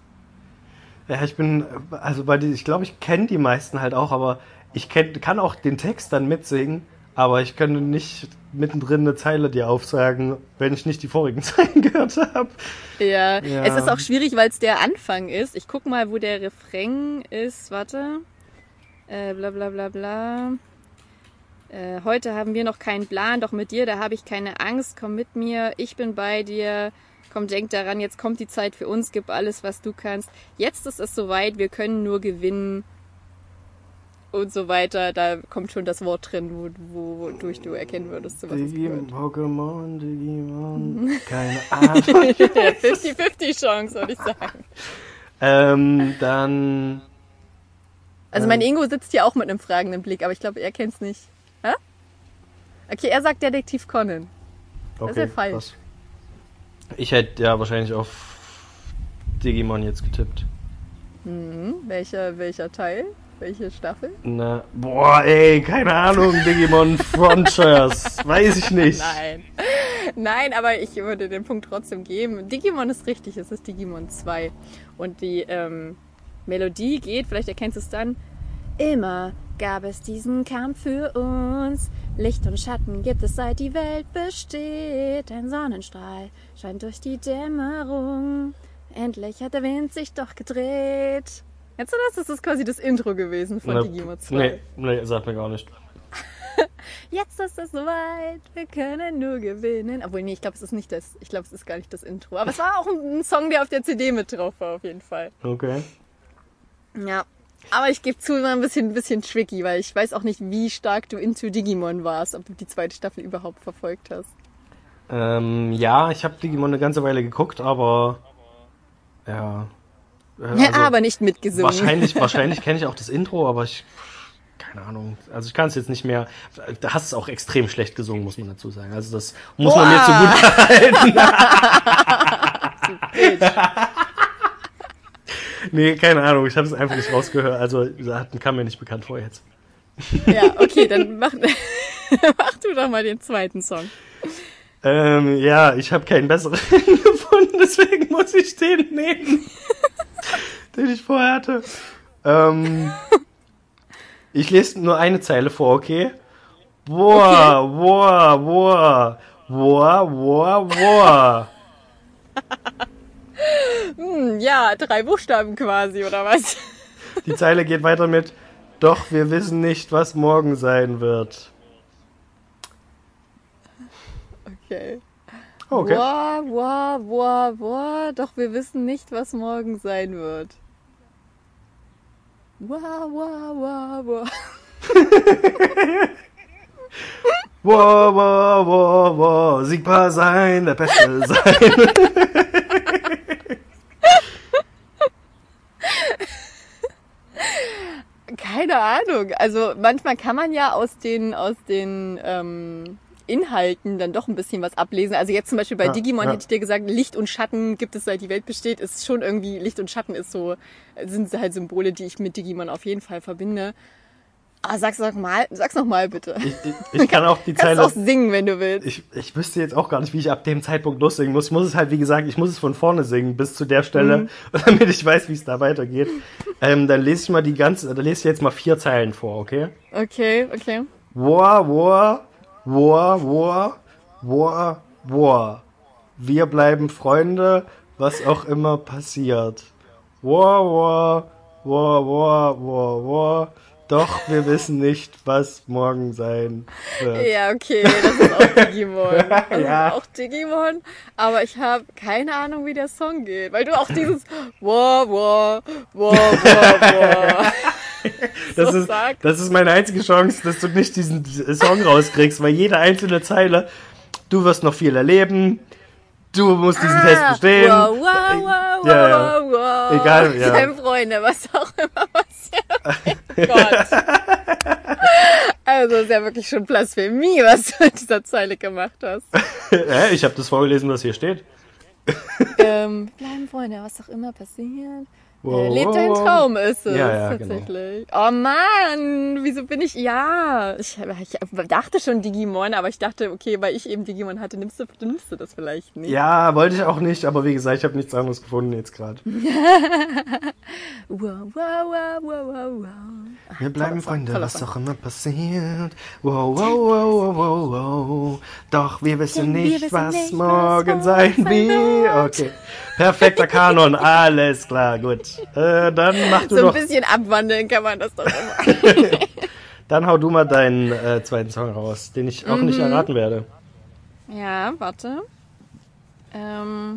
Ja, ich bin, also bei die, ich glaube, ich kenne die meisten halt auch, aber ich kenn, kann auch den Text dann mitsingen, aber ich könnte nicht mittendrin eine Zeile dir aufsagen, wenn ich nicht die vorigen Zeilen gehört habe. Ja, Ja. es ist auch schwierig, weil es der Anfang ist. Ich guck mal, wo der Refrain ist. Warte. Äh, bla bla bla bla. Äh, heute haben wir noch keinen Plan, doch mit dir, da habe ich keine Angst. Komm mit mir, ich bin bei dir. Komm, denk daran, jetzt kommt die Zeit für uns, gib alles, was du kannst. Jetzt ist es soweit, wir können nur gewinnen. Und so weiter. Da kommt schon das Wort drin, wo, wo, wodurch du erkennen würdest, zu was es Digimon, gehört. Pokémon, Digimon, keine Ahnung. fünfzig fünfzig Chance, würde ich sagen. ähm, dann... Also mein Ingo sitzt hier auch mit einem fragenden Blick, aber ich glaube, er kennt's nicht. Hä? Okay, er sagt Detektiv Conan. Das ist ja falsch. krass. Ich hätte ja wahrscheinlich auf Digimon jetzt getippt. Mhm. Welcher, welcher Teil? Welche Staffel? Na, boah, ey, keine Ahnung, Digimon Frontiers, weiß ich nicht. Nein. Nein, aber ich würde den Punkt trotzdem geben. Digimon ist richtig, es ist Digimon zwei. Und die ähm, Melodie geht, vielleicht erkennst du es dann. Immer gab es diesen Kampf für uns. Licht und Schatten gibt es, seit die Welt besteht. Ein Sonnenstrahl scheint durch die Dämmerung. Endlich hat der Wind sich doch gedreht. Kennst du das? Das ist quasi das Intro gewesen von Na, Digimon zwei. Nee, nee, sagt mir gar nicht. Jetzt ist es soweit, wir können nur gewinnen. Obwohl, nee, ich glaube, es ist nicht das. Ich glaube, es ist gar nicht das Intro. Aber es war auch ein, ein Song, der auf der C D mit drauf war, auf jeden Fall. Okay. Ja. Aber ich gebe zu, war ein bisschen, ein bisschen tricky, weil ich weiß auch nicht, wie stark du into Digimon warst, ob du die zweite Staffel überhaupt verfolgt hast. Ähm, ja, ich habe Digimon eine ganze Weile geguckt, aber ja. Äh, Ja, also aber nicht mitgesungen. Wahrscheinlich, wahrscheinlich kenne ich auch das Intro, aber ich keine Ahnung. Also ich kann es jetzt nicht mehr. Da hast es auch extrem schlecht gesungen, muss man dazu sagen. Also das muss Boah. man mir zugute halten. Nee, keine Ahnung. Ich habe es einfach nicht rausgehört. Also das kam mir nicht bekannt vor jetzt. Ja, okay, dann mach, mach du doch mal den zweiten Song. Ähm, ja, ich habe keinen besseren gefunden, deswegen muss ich den nehmen, den ich vorher hatte. Ähm, ich lese nur eine Zeile vor, okay? Boah, Okay. boah, boah, boah, boah, boah. Hm, ja, drei Buchstaben quasi, oder was? Die Zeile geht weiter mit: Doch wir wissen nicht, was morgen sein wird. Okay. Okay. Boah, boah, boah, boah, doch wir wissen nicht, was morgen sein wird. Boah, boah, boah, boah. Boah, boah, boah, boah, siegbar sein, der Beste sein. Keine Ahnung. Also manchmal kann man ja aus den, aus den ähm, Inhalten dann doch ein bisschen was ablesen. Also jetzt zum Beispiel bei Ja, Digimon ja. hätte ich dir gesagt, Licht und Schatten gibt es, seit die Welt besteht. Ist schon irgendwie, Licht und Schatten ist so, sind halt Symbole, die ich mit Digimon auf jeden Fall verbinde. Ah, sag's noch mal, sag's noch mal bitte. Ich, ich, ich kann auch die Kannst Zeile. auch singen, wenn du willst. Ich, ich wüsste jetzt auch gar nicht, wie ich ab dem Zeitpunkt lossingen muss. Ich muss es halt, wie gesagt, ich muss es von vorne singen, bis zu der Stelle, Mhm. damit ich weiß, wie es da weitergeht. Ähm, dann lese ich mal die ganze, dann lese ich jetzt mal vier Zeilen vor, okay? Okay, okay. Woa, woa, woa, woa, woa, woa. Wir bleiben Freunde, was auch immer passiert. Woa, woa, woa, woa, woa, woa. Doch wir wissen nicht, was morgen sein wird. Ja, okay, das ist auch Digimon. Das Ja. ist auch Digimon, aber ich habe keine Ahnung, wie der Song geht, weil du auch dieses Wow, wow, wow, wow, wow Das so ist, sagst. das ist meine einzige Chance, dass du nicht diesen Song rauskriegst, weil jede einzelne Zeile, du wirst noch viel erleben, du musst diesen Test bestehen. Wow, wow, wow, Ja, ja. wow, wow. Egal, ja. Sein Freunde, was auch immer passiert. Oh Gott. Also ist ja wirklich schon Blasphemie, was du in dieser Zeile gemacht hast. Hä? Ich habe das vorgelesen, was hier steht. ähm, bleiben Freunde, was auch immer passiert. Wow, äh, lebt dein wow. Traum, ist es. Ja, ja, tatsächlich. Genau. Oh Mann, wieso bin ich... Ja, ich, ich dachte schon Digimon, aber ich dachte, okay, weil ich eben Digimon hatte, nimmst du, nimmst du das vielleicht nicht. Ja, wollte ich auch nicht, aber wie gesagt, ich habe nichts anderes gefunden jetzt gerade. wow, wow, wow, wow, wow, wow. Wir bleiben Freunde, Song, was Song. auch immer passiert. Wow, wow, wow, wow, wow, wow. Doch wir wissen Denn wir nicht, wissen was nicht, was morgen morgen sein sein wird. Okay, perfekter Kanon, alles klar, gut. Äh, dann mach du So ein doch, bisschen abwandeln kann man das doch immer. dann hau du mal deinen äh, zweiten Song raus, den ich auch nicht erraten werde. Ja, warte. Ähm,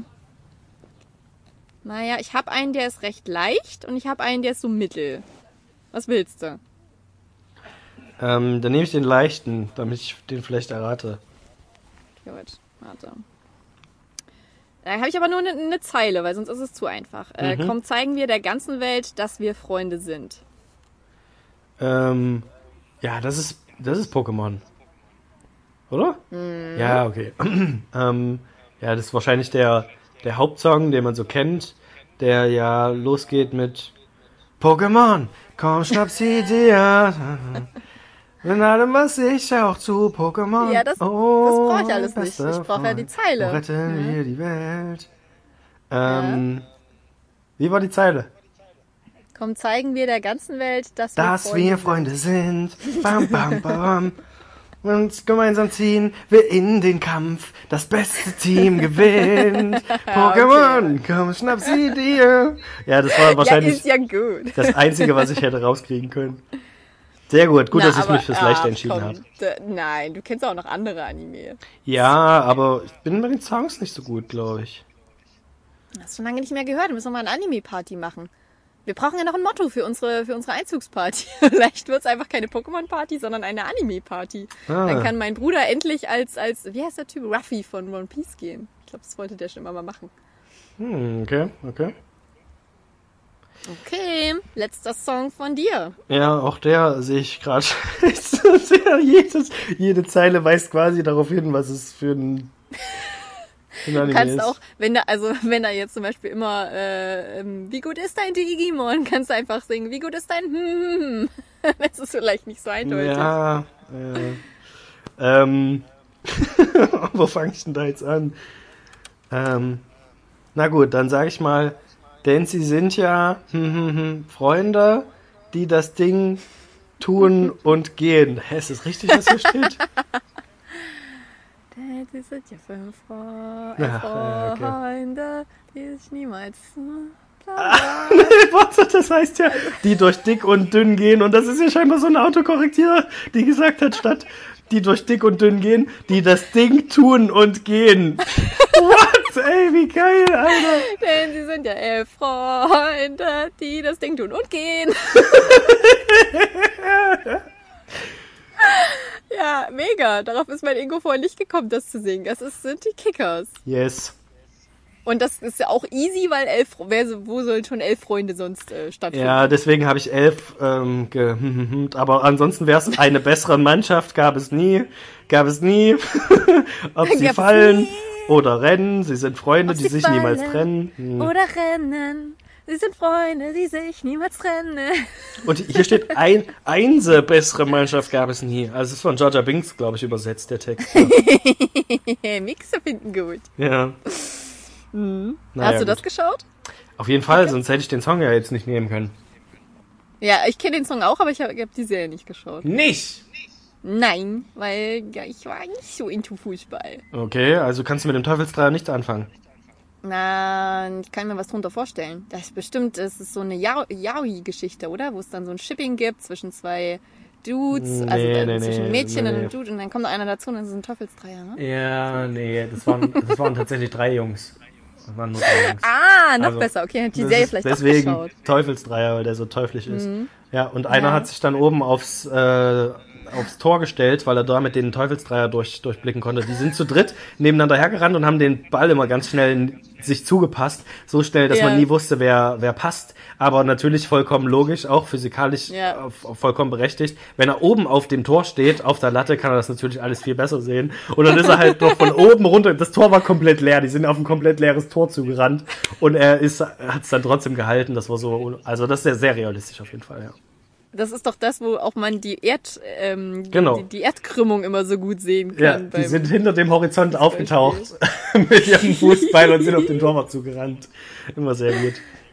naja, ich habe einen, der ist recht leicht und ich habe einen, der ist so mittel. Was willst du? Ähm, dann nehme ich den leichten, damit ich den vielleicht errate. Gut, warte. Da habe ich aber nur eine, eine Zeile, weil sonst ist es zu einfach. Äh, Mhm. komm, zeigen wir der ganzen Welt, dass wir Freunde sind. Ähm, ja, das ist, das ist Pokémon. Oder? Mhm. Ja, okay. ähm, ja, das ist wahrscheinlich der, der Hauptsong, den man so kennt, der ja losgeht mit Pokémon, komm, schnapp sie dir. In allem, was ich auch zu Pokémon. Ja, das- oh, das brauche ich alles nicht. bester Ich brauche ja die Freund. Zeile. Wo retten Ja. wir die Welt? Ähm, wie war die Zeile? Komm, zeigen wir der ganzen Welt, dass wir Dass Freunde wir sind. Freunde sind. Bam, bam, bam. Und gemeinsam ziehen wir in den Kampf. Das beste Team gewinnt. Pokémon, komm, schnapp sie dir. Ja, das war Ja, wahrscheinlich ist ja gut. das Einzige, was ich hätte rauskriegen können. Sehr gut, gut, Na, dass ich aber- mich fürs Leichte ah, entschieden komm, habe. d- Nein, du kennst auch noch andere Anime. Ja, aber ich bin bei den Songs nicht so gut, glaube ich. Hast schon lange nicht mehr gehört. Wir müssen noch mal eine Anime-Party machen. Wir brauchen ja noch ein Motto für unsere, für unsere Einzugsparty. Vielleicht wird es einfach keine Pokémon-Party, sondern eine Anime-Party. Ah. Dann kann mein Bruder endlich als, als, wie heißt der Typ? Ruffy von One Piece gehen. Ich glaube, das wollte der schon immer mal machen. Hm, okay, okay. Okay, letzter Song von dir. Ja, auch der sehe ich gerade. Jedes, jede Zeile weist quasi darauf hin, was es für ein, für ein Du Anime kannst ist. auch, wenn da, also wenn da jetzt zum Beispiel immer, äh, ähm, wie gut ist dein Digimon, kannst du einfach singen, wie gut ist dein hm. Das ist vielleicht nicht so eindeutig. Ja, äh, ähm, wo fange ich denn da jetzt an? Ähm, na gut, dann sage ich mal, denn sie sind ja hm, hm, hm, Freunde, die das Ding tun und gehen. Hä, ist das richtig, was hier steht? Denn sie sind ja fünf Fre- Ach, ja, okay. Freunde, die sich niemals... Warte, das heißt ja, die durch dick und dünn gehen. Und das ist ja scheinbar so ein Autokorrektierer, die gesagt hat, statt die durch dick und dünn gehen, die das Ding tun und gehen. What? Ey, wie geil, Alter. Denn sie sind ja elf Freunde, die das Ding tun und gehen. Ja, mega. Darauf ist mein Ingo vorher nicht gekommen, das zu singen. Das ist, sind die Kickers. Yes. Und das ist ja auch easy, weil elf, wer, so- wo sollen schon elf Freunde sonst äh, stattfinden? Ja, deswegen habe ich elf ähm, ge aber ansonsten wäre es eine bessere Mannschaft, gab es nie, gab es nie. Ob sie Gab es fallen nie. oder rennen, sie sind Freunde, Ob die sie sich niemals fallen trennen. Hm. Oder rennen. Sie sind Freunde, die sich niemals trennen. Und hier steht, ein, eine bessere Mannschaft gab es nie. Also es ist von Jar Jar Binks, glaube ich, übersetzt, der Text. Mixer finden gut. Ja. Mhm. Naja, Hast du das gut. geschaut? Auf jeden Fall, sonst hätte ich den Song ja jetzt nicht nehmen können. Ja, ich kenne den Song auch, aber ich habe hab die Serie nicht geschaut. Nicht? Nein, weil ja, ich war nicht so into Fußball. Okay, also kannst du mit dem Teufelsdreier nichts anfangen. Na, ich kann mir was drunter vorstellen. Das ist bestimmt, das ist so eine Yao- Yaoi-Geschichte, oder? Wo es dann so ein Shipping gibt zwischen zwei Dudes, Nee, also dann nee, zwischen nee, Mädchen nee. und einem Dude und dann kommt da einer dazu und dann ist es ein Teufelsdreier, ne? Ja, nee, das waren, das waren tatsächlich drei Jungs. Das waren nur drei Jungs. Ah, noch Also, besser. Okay, hat die Das Serie ist vielleicht deswegen auch geschaut. Teufelsdreier, weil der so teuflisch ist. Mhm. Ja, und einer Ja. hat sich dann oben aufs, äh, aufs Tor gestellt, weil er da mit den Teufelsdreier durch, durchblicken konnte. Die sind zu dritt nebeneinander hergerannt und haben den Ball immer ganz schnell in sich zugepasst. So schnell, dass Ja. man nie wusste, wer, wer passt. Aber natürlich vollkommen logisch, auch physikalisch Ja. äh, vollkommen berechtigt. Wenn er oben auf dem Tor steht, auf der Latte, kann er das natürlich alles viel besser sehen. Und dann ist er halt noch von oben runter. Das Tor war komplett leer. Die sind auf ein komplett leeres Tor zugerannt. Und er ist, hat es dann trotzdem gehalten. Das war so, also das ist sehr, sehr realistisch auf jeden Fall, ja. Das ist doch das, wo auch man die Erd, ähm, Genau. die, die Erdkrümmung immer so gut sehen kann. Ja, die beim- sind hinter dem Horizont aufgetaucht mit ihrem Fußball und sind auf den Torwart zugerannt. Immer sehr gut.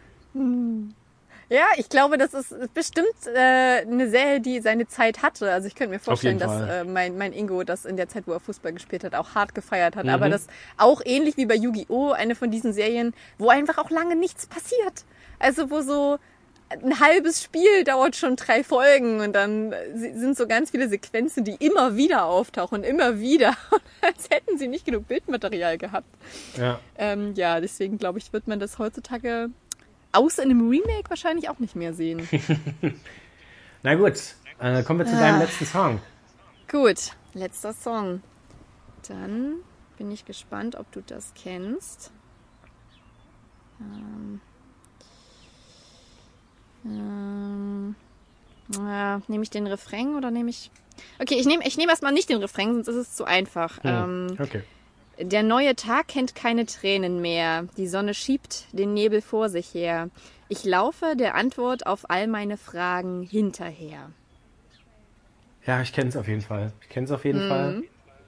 Ja, ich glaube, das ist bestimmt äh, eine Serie, die seine Zeit hatte. Also ich könnte mir vorstellen, jeden dass Fall. äh, mein, mein Ingo das in der Zeit, wo er Fußball gespielt hat, auch hart gefeiert hat. Mhm. Aber das auch ähnlich wie bei Yu-Gi-Oh! Eine von diesen Serien, wo einfach auch lange nichts passiert. Also wo so ein halbes Spiel dauert schon drei Folgen und dann sind so ganz viele Sequenzen, die immer wieder auftauchen, immer wieder, als hätten sie nicht genug Bildmaterial gehabt. Ja. Ähm, ja, deswegen glaube ich, wird man das heutzutage außer in einem Remake wahrscheinlich auch nicht mehr sehen. Na gut, äh, kommen wir zu deinem letzten Song. Gut, letzter Song. Dann bin ich gespannt, ob du das kennst. Ähm, ähm, äh, nehme ich den Refrain oder nehme ich... Okay, ich nehme ich nehm erstmal nicht den Refrain, sonst ist es zu einfach. Hm. Ähm, Okay. Der neue Tag kennt keine Tränen mehr. Die Sonne schiebt den Nebel vor sich her. Ich laufe der Antwort auf all meine Fragen hinterher. Ja, ich kenne es auf jeden Fall. Ich kenne es auf jeden Mhm. Fall.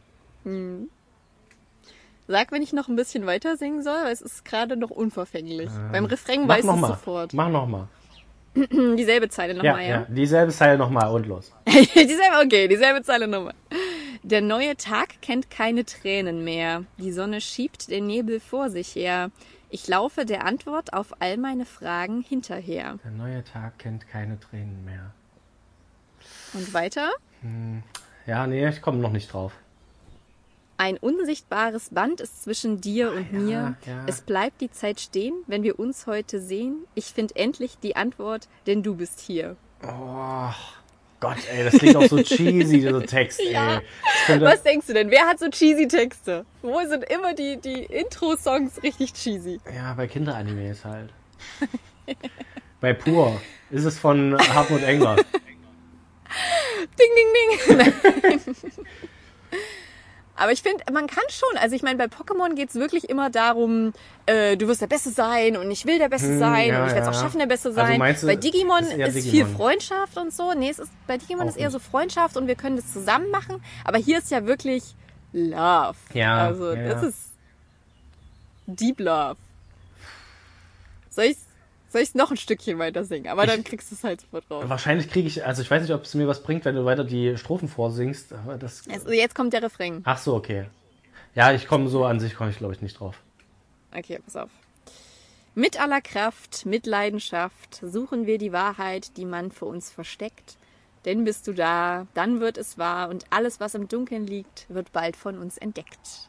Sag, wenn ich noch ein bisschen weiter singen soll, weil es ist gerade noch unverfänglich. Beim Refrain Mach weiß noch es mal. sofort. Mach nochmal. Dieselbe Zeile Ja, nochmal, ja, ja? dieselbe Zeile nochmal und los. dieselbe, okay, dieselbe Zeile nochmal. Der neue Tag kennt keine Tränen mehr. Die Sonne schiebt den Nebel vor sich her. Ich laufe der Antwort auf all meine Fragen hinterher. Der neue Tag kennt keine Tränen mehr. Und weiter? Ja, nee, ich komme noch nicht drauf. Ein unsichtbares Band ist zwischen dir und ja, mir. ja. Es bleibt die Zeit stehen, wenn wir uns heute sehen. Ich finde endlich die Antwort, denn du bist hier. Oh Gott, ey, das klingt auch so cheesy, dieser Text, ey. Ja. Das könnte- Was denkst du denn? Wer hat so cheesy Texte? Wo sind immer die, die Intro-Songs richtig cheesy? Ja, bei Kinderanimes halt. Bei Pur ist es von Hartmut Engler. Ding, ding, ding. Aber ich finde, man kann schon, also ich meine, bei Pokémon geht's wirklich immer darum, äh, du wirst der Beste sein und ich will der Beste Hm, sein ja, und ich werde es ja. auch schaffen, der Beste Also sein. meinst du, bei Digimon ist ist, eher viel Digimon? Freundschaft und so. Nee, es ist, bei Digimon Auch ist eher nicht. so Freundschaft und wir können das zusammen machen. Aber hier ist ja wirklich Love. Ja, Also ja, das ja. ist Deep Love. Soll ich soll ich's noch ein Stückchen weiter singen? Aber dann kriegst du es halt sofort raus. Wahrscheinlich kriege ich, also ich weiß nicht, ob es mir was bringt, wenn du weiter die Strophen vorsingst, aber das... Also jetzt kommt der Refrain. Ach so, okay. Ja, ich komme so an sich, komme ich glaube ich nicht drauf. Okay, pass auf. Mit aller Kraft, mit Leidenschaft suchen wir die Wahrheit, die man vor uns versteckt. Denn bist du da, dann wird es wahr und alles, was im Dunkeln liegt, wird bald von uns entdeckt.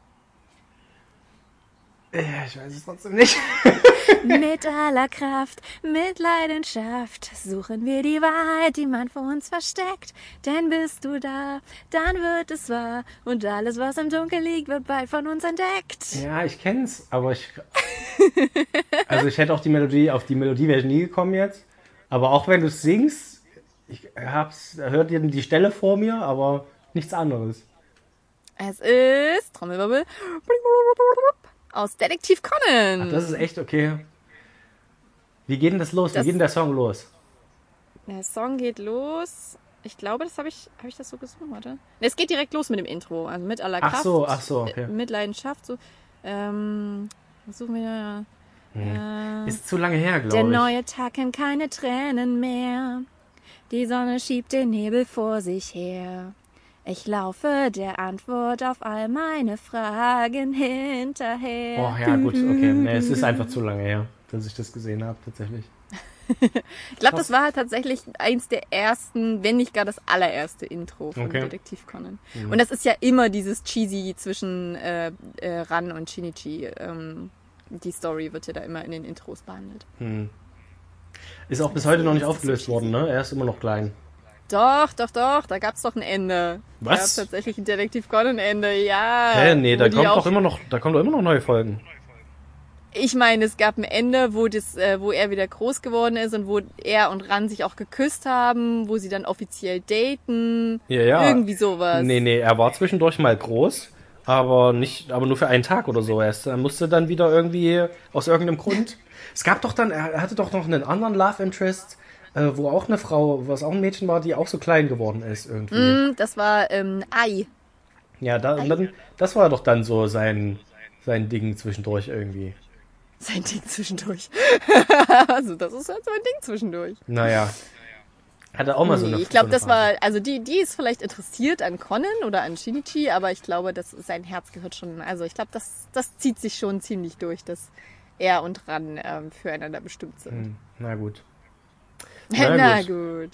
Ja, ich weiß es trotzdem nicht. Mit aller Kraft, mit Leidenschaft suchen wir die Wahrheit, die man vor uns versteckt. Denn bist du da, dann wird es wahr und alles, was im Dunkeln liegt, wird bald von uns entdeckt. Ja, ich kenn's, aber ich... Also ich hätte auch die Melodie, auf die Melodie wäre ich nie gekommen jetzt. Aber auch wenn du es singst, ich hab's, hört ihr die Stelle vor mir, aber nichts anderes. Es ist, Trommelwirbel, aus Detektiv Conan. Das ist echt okay. Wie geht denn das los? Das- Wie geht denn der Song los? Der Song geht los. Ich glaube, das habe ich, habe ich das so gesungen, warte. Ne, es geht direkt los mit dem Intro. Also mit aller Ach Kraft. so, ach so, okay. äh, Mit Leidenschaft, so. Ähm, was suchen wir? Äh, Ist zu lange her, der glaube ich. neue Tag kennt keine Tränen mehr. Die Sonne schiebt den Nebel vor sich her. Ich laufe der Antwort auf all meine Fragen hinterher. Oh ja, gut, okay. Nee, es ist einfach zu lange her, dass ich das gesehen habe, tatsächlich. Ich glaube, das war tatsächlich eins der ersten, wenn nicht gar das allererste Intro von Okay. Detektiv Conan. Und das ist ja immer dieses Cheesy zwischen äh, äh, Ran und Shinichi. Ähm, die Story wird ja da immer in den Intros behandelt. Hm. Ist auch bis heute noch nicht Das ist so aufgelöst worden, ne? Er ist immer noch klein. Doch, doch, doch, da gab's doch ein Ende. Was? Da gab's tatsächlich ein Detektiv Conan-Ende, ja. Hä, nee, da Wo die kommt auch- doch immer noch, da kommen doch immer noch neue Folgen. Ich meine, es gab ein Ende, wo das, äh, wo er wieder groß geworden ist und wo er und Ran sich auch geküsst haben, wo sie dann offiziell daten. Ja, ja. Irgendwie sowas. Nee, nee, er war zwischendurch mal groß, aber nicht, aber nur für einen Tag oder so erst. Er musste dann wieder irgendwie, aus irgendeinem Grund. Es gab doch dann, er hatte doch noch einen anderen Love Interest, äh, wo auch eine Frau, was auch ein Mädchen war, die auch so klein geworden ist irgendwie. Mm, das war ähm, Ai. Ja, da, und dann, das war doch dann so sein, sein Ding zwischendurch irgendwie. Sein Ding zwischendurch. Also das ist halt sein Ding zwischendurch. Naja. Hatte auch mal so Nee, eine ich glaube, so eine das war, Phase. also die, die ist vielleicht interessiert an Conan oder an Shinichi, aber ich glaube, das sein Herz gehört schon, also ich glaube, das, das zieht sich schon ziemlich durch, dass er und Ran ähm, füreinander bestimmt sind. Hm, na gut. Na, Na gut.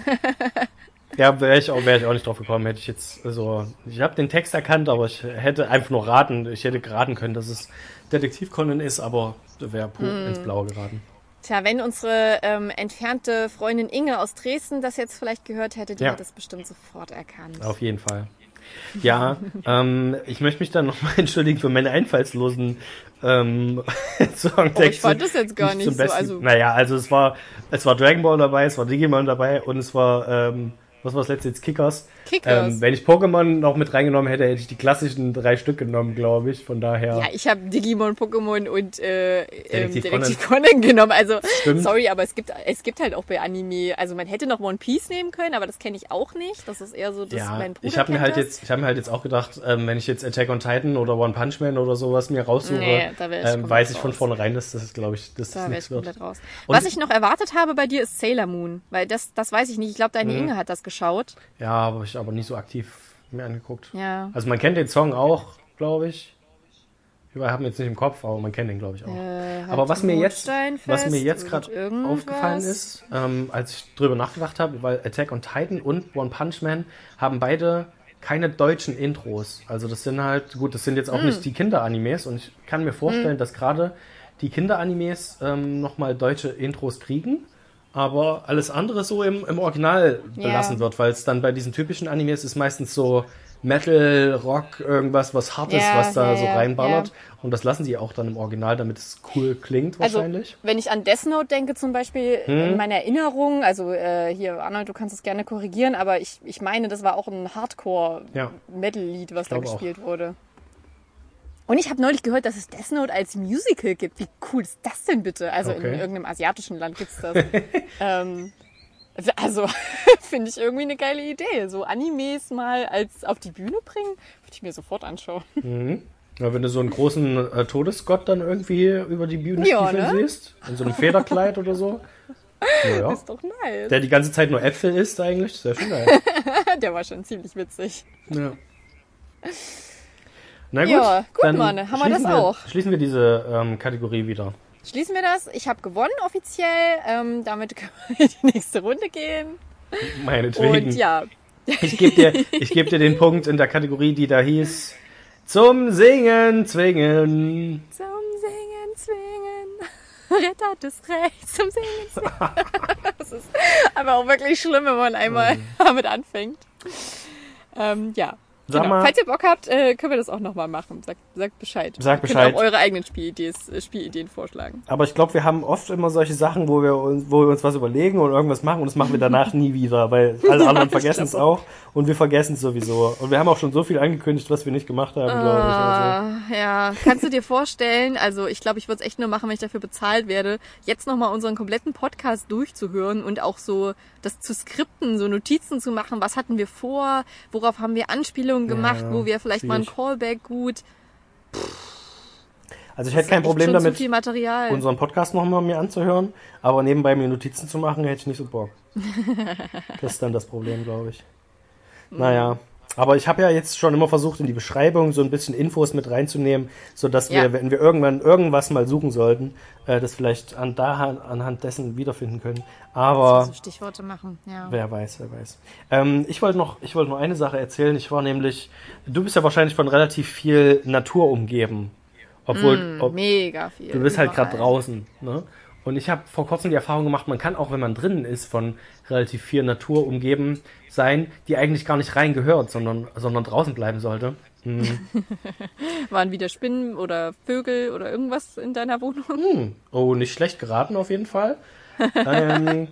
Ja, wäre ich, auch- wär ich auch nicht drauf gekommen, hätte ich jetzt, also, ich habe den Text erkannt, aber ich hätte einfach nur raten, ich hätte geraten können, dass es Detektiv Conan ist, aber wäre Hm. ins Blaue geraten. Tja, wenn unsere ähm, entfernte Freundin Inge aus Dresden das jetzt vielleicht gehört hätte, die Ja. hat es bestimmt sofort erkannt. Auf jeden Fall. Ja, ähm, ich möchte mich dann nochmal entschuldigen für meine einfallslosen ähm, Songtexte. Oh, ich fand das jetzt gar die ich nicht zum so, Besten- also- Naja, also es war, es war Dragon Ball dabei, es war Digimon dabei und es war, ähm, was war das letzte jetzt? Kickers. Kickers. Ähm, wenn ich Pokémon noch mit reingenommen hätte, hätte ich die klassischen drei Stück genommen, glaube ich. Von daher. Ja, ich habe Digimon, Pokémon und äh, ähm, Detektiv Detektiv Conan genommen. Also, Stimmt. sorry, aber es gibt es gibt halt auch bei Anime, also man hätte noch One Piece nehmen können, aber das kenne ich auch nicht. Das ist eher so, dass Ja, mein Bruder ich habe mir kennt halt das. jetzt, ich habe mir halt jetzt auch gedacht, ähm, wenn ich jetzt Attack on Titan oder One Punch Man oder sowas mir raussuche, Nee, da wär ich ähm, komplett weiß ich von raus. vornherein, dass das, glaube ich, dass Da das wäre nichts ich wird. komplett raus. Und- Was ich noch erwartet habe bei dir ist Sailor Moon, weil das das weiß ich nicht. Ich glaube, deine Mhm. Inge hat das geschaut. Ja, habe ich aber nicht so aktiv mir angeguckt. Ja. Also man kennt den Song auch, glaube ich. Ich habe ihn jetzt nicht im Kopf, aber man kennt den, glaube ich, auch. Äh, halt aber was mir jetzt, Mondsteinfest was mir jetzt und gerade irgendwas. aufgefallen ist, ähm, als ich drüber nachgedacht habe, weil Attack on Titan und One Punch Man haben beide keine deutschen Intros. Also das sind halt, gut, das sind jetzt auch Hm. nicht die Kinderanimes und ich kann mir vorstellen, dass gerade die Kinderanimes ähm, nochmal deutsche Intros kriegen, aber alles andere so im, im Original belassen Ja. wird, weil es dann bei diesen typischen Animes ist meistens so Metal, Rock, irgendwas, was Hartes, Ja, was da ja, so ja, reinballert. ja. Und das lassen sie auch dann im Original, damit es cool klingt Also, wahrscheinlich. wenn ich an Death Note denke zum Beispiel, Hm. in meiner Erinnerung, also äh, hier, Arnold, du kannst es gerne korrigieren, aber ich, ich meine, das war auch ein Ja. Hardcore-Metal-Lied, was da glaube auch. gespielt wurde. Und ich habe neulich gehört, dass es Death Note als Musical gibt. Wie cool ist das denn bitte? Also in Okay. irgendeinem asiatischen Land gibt's das. ähm, also, finde ich irgendwie eine geile Idee. So Animes mal als auf die Bühne bringen, würde ich mir sofort anschauen. Mhm. Ja, wenn du so einen großen äh, Todesgott dann irgendwie über die Bühne Ja, stiefeln ne? siehst, in so einem Federkleid oder so. Ja, Ist doch nice. der die ganze Zeit nur Äpfel isst eigentlich, ist ja schon geil. Der war schon ziemlich witzig. Ja. Na gut, Ja, gut, dann Mann, haben wir das schließen auch. Schließen wir diese ähm, Kategorie wieder. Schließen wir das. Ich habe gewonnen offiziell. Ähm, damit können wir in die nächste Runde gehen. Meinetwegen. Und ja, Ich gebe dir, ich geb dir den Punkt in der Kategorie, die da hieß zum Singen zwingen. zum Singen zwingen. Ritter des Rechts zum Singen zwingen. Das ist aber auch wirklich schlimm, wenn man einmal damit anfängt. Ähm, ja. Sag Genau. mal- Falls ihr Bock habt, äh, können wir das auch nochmal machen. Sagt, sagt Bescheid. Sag Ihr Bescheid. könnt auch eure eigenen Spielideen, äh, Spielideen vorschlagen. Aber ich glaube, wir haben oft immer solche Sachen, wo wir uns, wo wir uns was überlegen und irgendwas machen und das machen wir danach nie wieder, weil alle anderen vergessen es auch und wir vergessen es sowieso. Und wir haben auch schon so viel angekündigt, was wir nicht gemacht haben, glaube ich. Also, Ah, ja, kannst du dir vorstellen, also ich glaube, ich würde es echt nur machen, wenn ich dafür bezahlt werde, jetzt nochmal unseren kompletten Podcast durchzuhören und auch so das zu skripten, so Notizen zu machen, was hatten wir vor, worauf haben wir Anspielungen gemacht, Ja, wo wir vielleicht mal ein schwierig. Callback gut. also ich Das hätte ist kein echt Problem schon damit, zu viel Material. unseren Podcast nochmal mir anzuhören, aber nebenbei mir Notizen zu machen, hätte ich nicht so Bock. Das ist dann das Problem, glaube ich. Naja, aber ich habe ja jetzt schon immer versucht, in die Beschreibung so ein bisschen Infos mit reinzunehmen, sodass wir, Ja. wenn wir irgendwann irgendwas mal suchen sollten, äh, das vielleicht an da, anhand dessen wiederfinden können. Aber so Stichworte machen, ja. wer weiß, wer weiß. Ähm, ich wollte noch, ich wollte noch eine Sache erzählen. Ich war nämlich, du bist ja wahrscheinlich von relativ viel Natur umgeben. Obwohl, Mm, ob, mega viel. du bist halt gerade überall. draußen, ne? Und ich habe vor kurzem die Erfahrung gemacht, man kann auch, wenn man drinnen ist, von relativ viel Natur umgeben sein, die eigentlich gar nicht rein gehört, sondern, sondern draußen bleiben sollte. Hm. Waren wieder Spinnen oder Vögel oder irgendwas in deiner Wohnung? Hm. Oh, nicht schlecht geraten auf jeden Fall. ähm,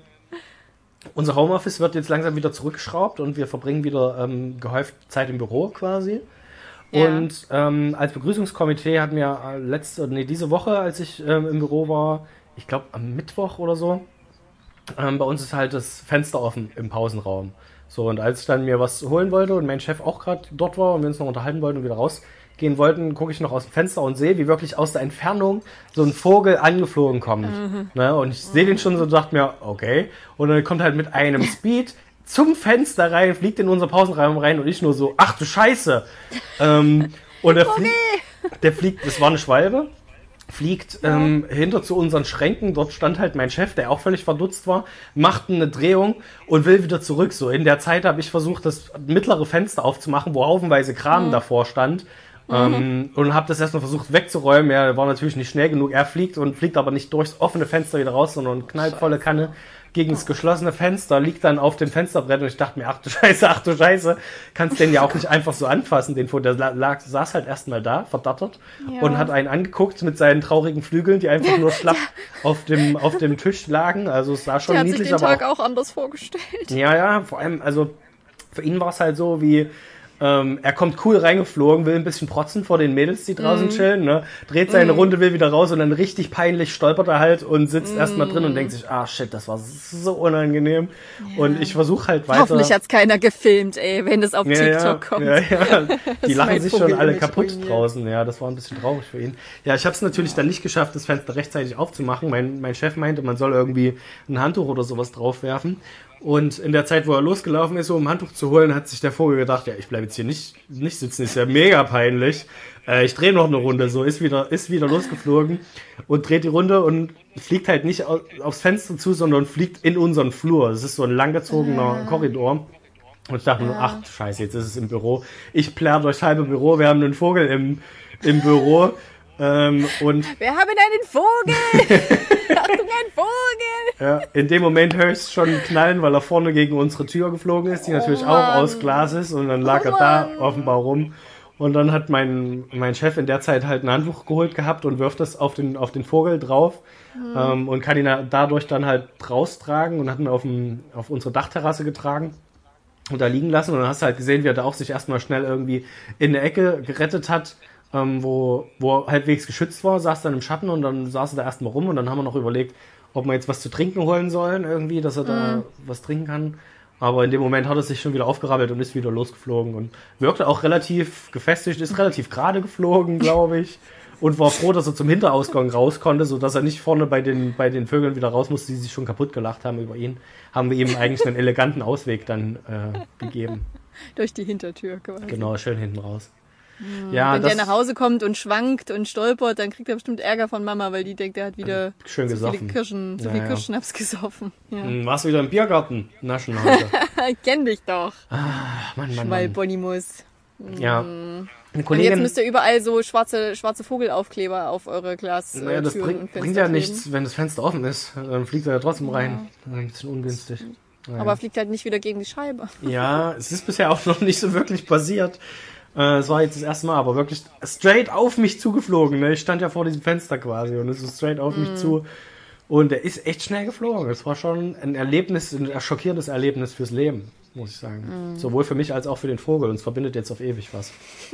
unser Homeoffice wird jetzt langsam wieder zurückgeschraubt und wir verbringen wieder ähm, gehäuft Zeit im Büro quasi. Ja. Und ähm, als Begrüßungskomitee hatten wir äh, letzte, nee, diese Woche, als ich ähm, im Büro war, ich glaube am Mittwoch oder so, ähm, bei uns ist halt das Fenster offen im Pausenraum. So, und als ich dann mir was holen wollte und mein Chef auch gerade dort war und wir uns noch unterhalten wollten und wieder rausgehen wollten, gucke ich noch aus dem Fenster und sehe, wie wirklich aus der Entfernung so ein Vogel angeflogen kommt. Mhm. Ne? Und ich sehe den schon so und dachte mir, okay. Und dann kommt halt mit einem Speed zum Fenster rein, fliegt in unser Pausenraum rein und ich nur so, ach du Scheiße. ähm, und der, okay. fliegt, der fliegt, das war eine Schwalbe, fliegt ja. ähm, hinter zu unseren Schränken, dort stand halt mein Chef, der auch völlig verdutzt war, macht eine Drehung und will wieder zurück. So in der Zeit habe ich versucht, das mittlere Fenster aufzumachen, wo haufenweise Kram mhm. davor stand. Mhm. Ähm, und habe das erstmal versucht wegzuräumen. Er war natürlich nicht schnell genug. Er fliegt und fliegt aber nicht durchs offene Fenster wieder raus, sondern knallt volle Kanne gegen das geschlossene Fenster, liegt dann auf dem Fensterbrett und ich dachte mir, ach du Scheiße, ach du Scheiße, kannst den ja auch nicht einfach so anfassen, den Vogel. Der lag, saß halt erstmal da, verdattert, ja. und hat einen angeguckt mit seinen traurigen Flügeln, die einfach nur schlapp auf dem, auf dem Tisch lagen. Also es sah schon der niedlich, hat sich den aber Tag auch, auch anders vorgestellt. Ja, ja, vor allem, also für ihn war es halt so wie, Ähm, er kommt cool reingeflogen, will ein bisschen protzen vor den Mädels, die draußen mm. chillen, ne? Dreht seine mm. Runde, will wieder raus und dann richtig peinlich stolpert er halt und sitzt mm. erstmal drin und denkt sich, ah shit, das war so unangenehm. Ja. Und ich versuche halt weiter. Hoffentlich hat's keiner gefilmt, ey, wenn das auf ja, TikTok ja, kommt. Ja, ja. Die lachen sich schon alle kaputt draußen. Ja, das war ein bisschen traurig für ihn. Ja, ich habe es natürlich ja. dann nicht geschafft, das Fenster rechtzeitig aufzumachen. Mein, mein Chef meinte, man soll irgendwie ein Handtuch oder sowas draufwerfen. Und in der Zeit, wo er losgelaufen ist, um ein Handtuch zu holen, hat sich der Vogel gedacht, ja, ich bleibe jetzt hier nicht, nicht sitzen, ist ja mega peinlich. Äh, ich drehe noch eine Runde, so, ist wieder, ist wieder losgeflogen und dreht die Runde und fliegt halt nicht aufs Fenster zu, sondern fliegt in unseren Flur. Das ist so ein langgezogener äh. Korridor. Und ich dachte ja. nur, ach, scheiße, jetzt ist es im Büro. Ich plärr durchs halbe Büro, wir haben einen Vogel im, im Büro. Ähm, und wir haben einen Vogel! Achtung, ein Vogel! Ja, in dem Moment höre ich es schon knallen, weil er vorne gegen unsere Tür geflogen ist, die oh natürlich Mann. auch aus Glas ist, und dann lag oh er da Mann. offenbar rum. Und dann hat mein, mein Chef in der Zeit halt ein Handtuch geholt gehabt und wirft das auf den, auf den Vogel drauf mhm. ähm, und kann ihn dadurch dann halt raustragen und hat ihn auf, den, auf unsere Dachterrasse getragen und da liegen lassen. Und dann hast du halt gesehen, wie er da auch sich erstmal schnell irgendwie in eine Ecke gerettet hat, Ähm, wo, wo er halbwegs geschützt war, saß dann im Schatten und dann saß er da erstmal rum und dann haben wir noch überlegt, ob wir jetzt was zu trinken holen sollen irgendwie, dass er da mm. was trinken kann. Aber in dem Moment hat er sich schon wieder aufgerappelt und ist wieder losgeflogen und wirkte auch relativ gefestigt, ist relativ gerade geflogen, glaube ich, und war froh, dass er zum Hinterausgang raus konnte, sodass er nicht vorne bei den, bei den Vögeln wieder raus musste, die sich schon kaputt gelacht haben über ihn. Haben wir ihm eigentlich einen eleganten Ausweg dann äh, gegeben. Durch die Hintertür quasi. Genau, schön hinten raus. Ja, wenn der nach Hause kommt und schwankt und stolpert, dann kriegt er bestimmt Ärger von Mama, weil die denkt, er hat wieder schön zu gesoffen. viele Kirschen, zu ja, viel ja. Kirschschnaps gesoffen. Ja. Warst du wieder im Biergarten naschen heute? Ich kenn dich doch. Ah, Mann, Mann, Schwalbonimus. Ja. Eine Kollegin, und jetzt müsst ihr überall so schwarze, schwarze Vogelaufkleber auf eure Glastüren naja, das bring, und Fenster bringt ja kleben. nichts, wenn das Fenster offen ist. Dann fliegt er ja trotzdem rein. Ja. Ein bisschen ungünstig. Naja. Aber fliegt halt nicht wieder gegen die Scheibe. Ja, es ist bisher auch noch nicht so wirklich passiert. Es war jetzt das erste Mal, aber wirklich straight auf mich zugeflogen. Ne? Ich stand ja vor diesem Fenster quasi und es ist straight auf mm. mich zu. Und er ist echt schnell geflogen. Es war schon ein Erlebnis, ein schockierendes Erlebnis fürs Leben, muss ich sagen. Mm. Sowohl für mich als auch für den Vogel. Und es verbindet jetzt auf ewig was.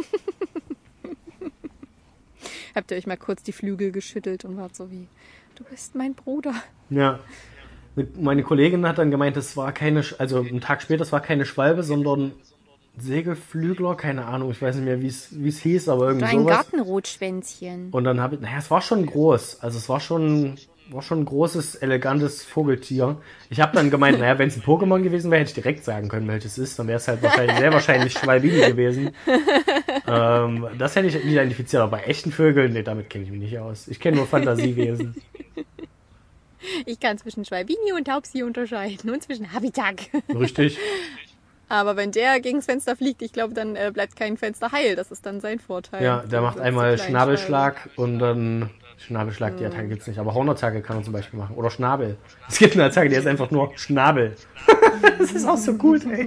Habt ihr euch mal kurz die Flügel geschüttelt und wart so wie, du bist mein Bruder. Ja. Meine Kollegin hat dann gemeint, es war keine, also einen Tag später, es war keine Schwalbe, sondern Segelflügler, keine Ahnung, ich weiß nicht mehr, wie es wie es hieß, aber irgendwie ein sowas. Ein Gartenrotschwänzchen. Und dann habe ich, naja, es war schon groß, also es war schon war schon ein großes, elegantes Vogeltier. Ich habe dann gemeint, naja, wenn es ein Pokémon gewesen wäre, hätte ich direkt sagen können, welches es ist, dann wäre es halt wahrscheinlich sehr wahrscheinlich Schwalbini gewesen. ähm, das hätte ich nicht identifiziert, aber bei echten Vögeln, nee, damit kenne ich mich nicht aus. Ich kenne nur Fantasiewesen. Ich kann zwischen Schwalbini und Taubsi unterscheiden und zwischen Habitak. Richtig. Aber wenn der gegens Fenster fliegt, ich glaube, dann äh, bleibt kein Fenster heil. Das ist dann sein Vorteil. Ja, der macht einmal Schnabelschlag und dann Schnabelschlag, die Attacke gibt's nicht. Aber Hornattacke kann man zum Beispiel machen. Oder Schnabel. Es gibt eine Attacke, die ist einfach nur Schnabel. Das ist auch so gut, ey.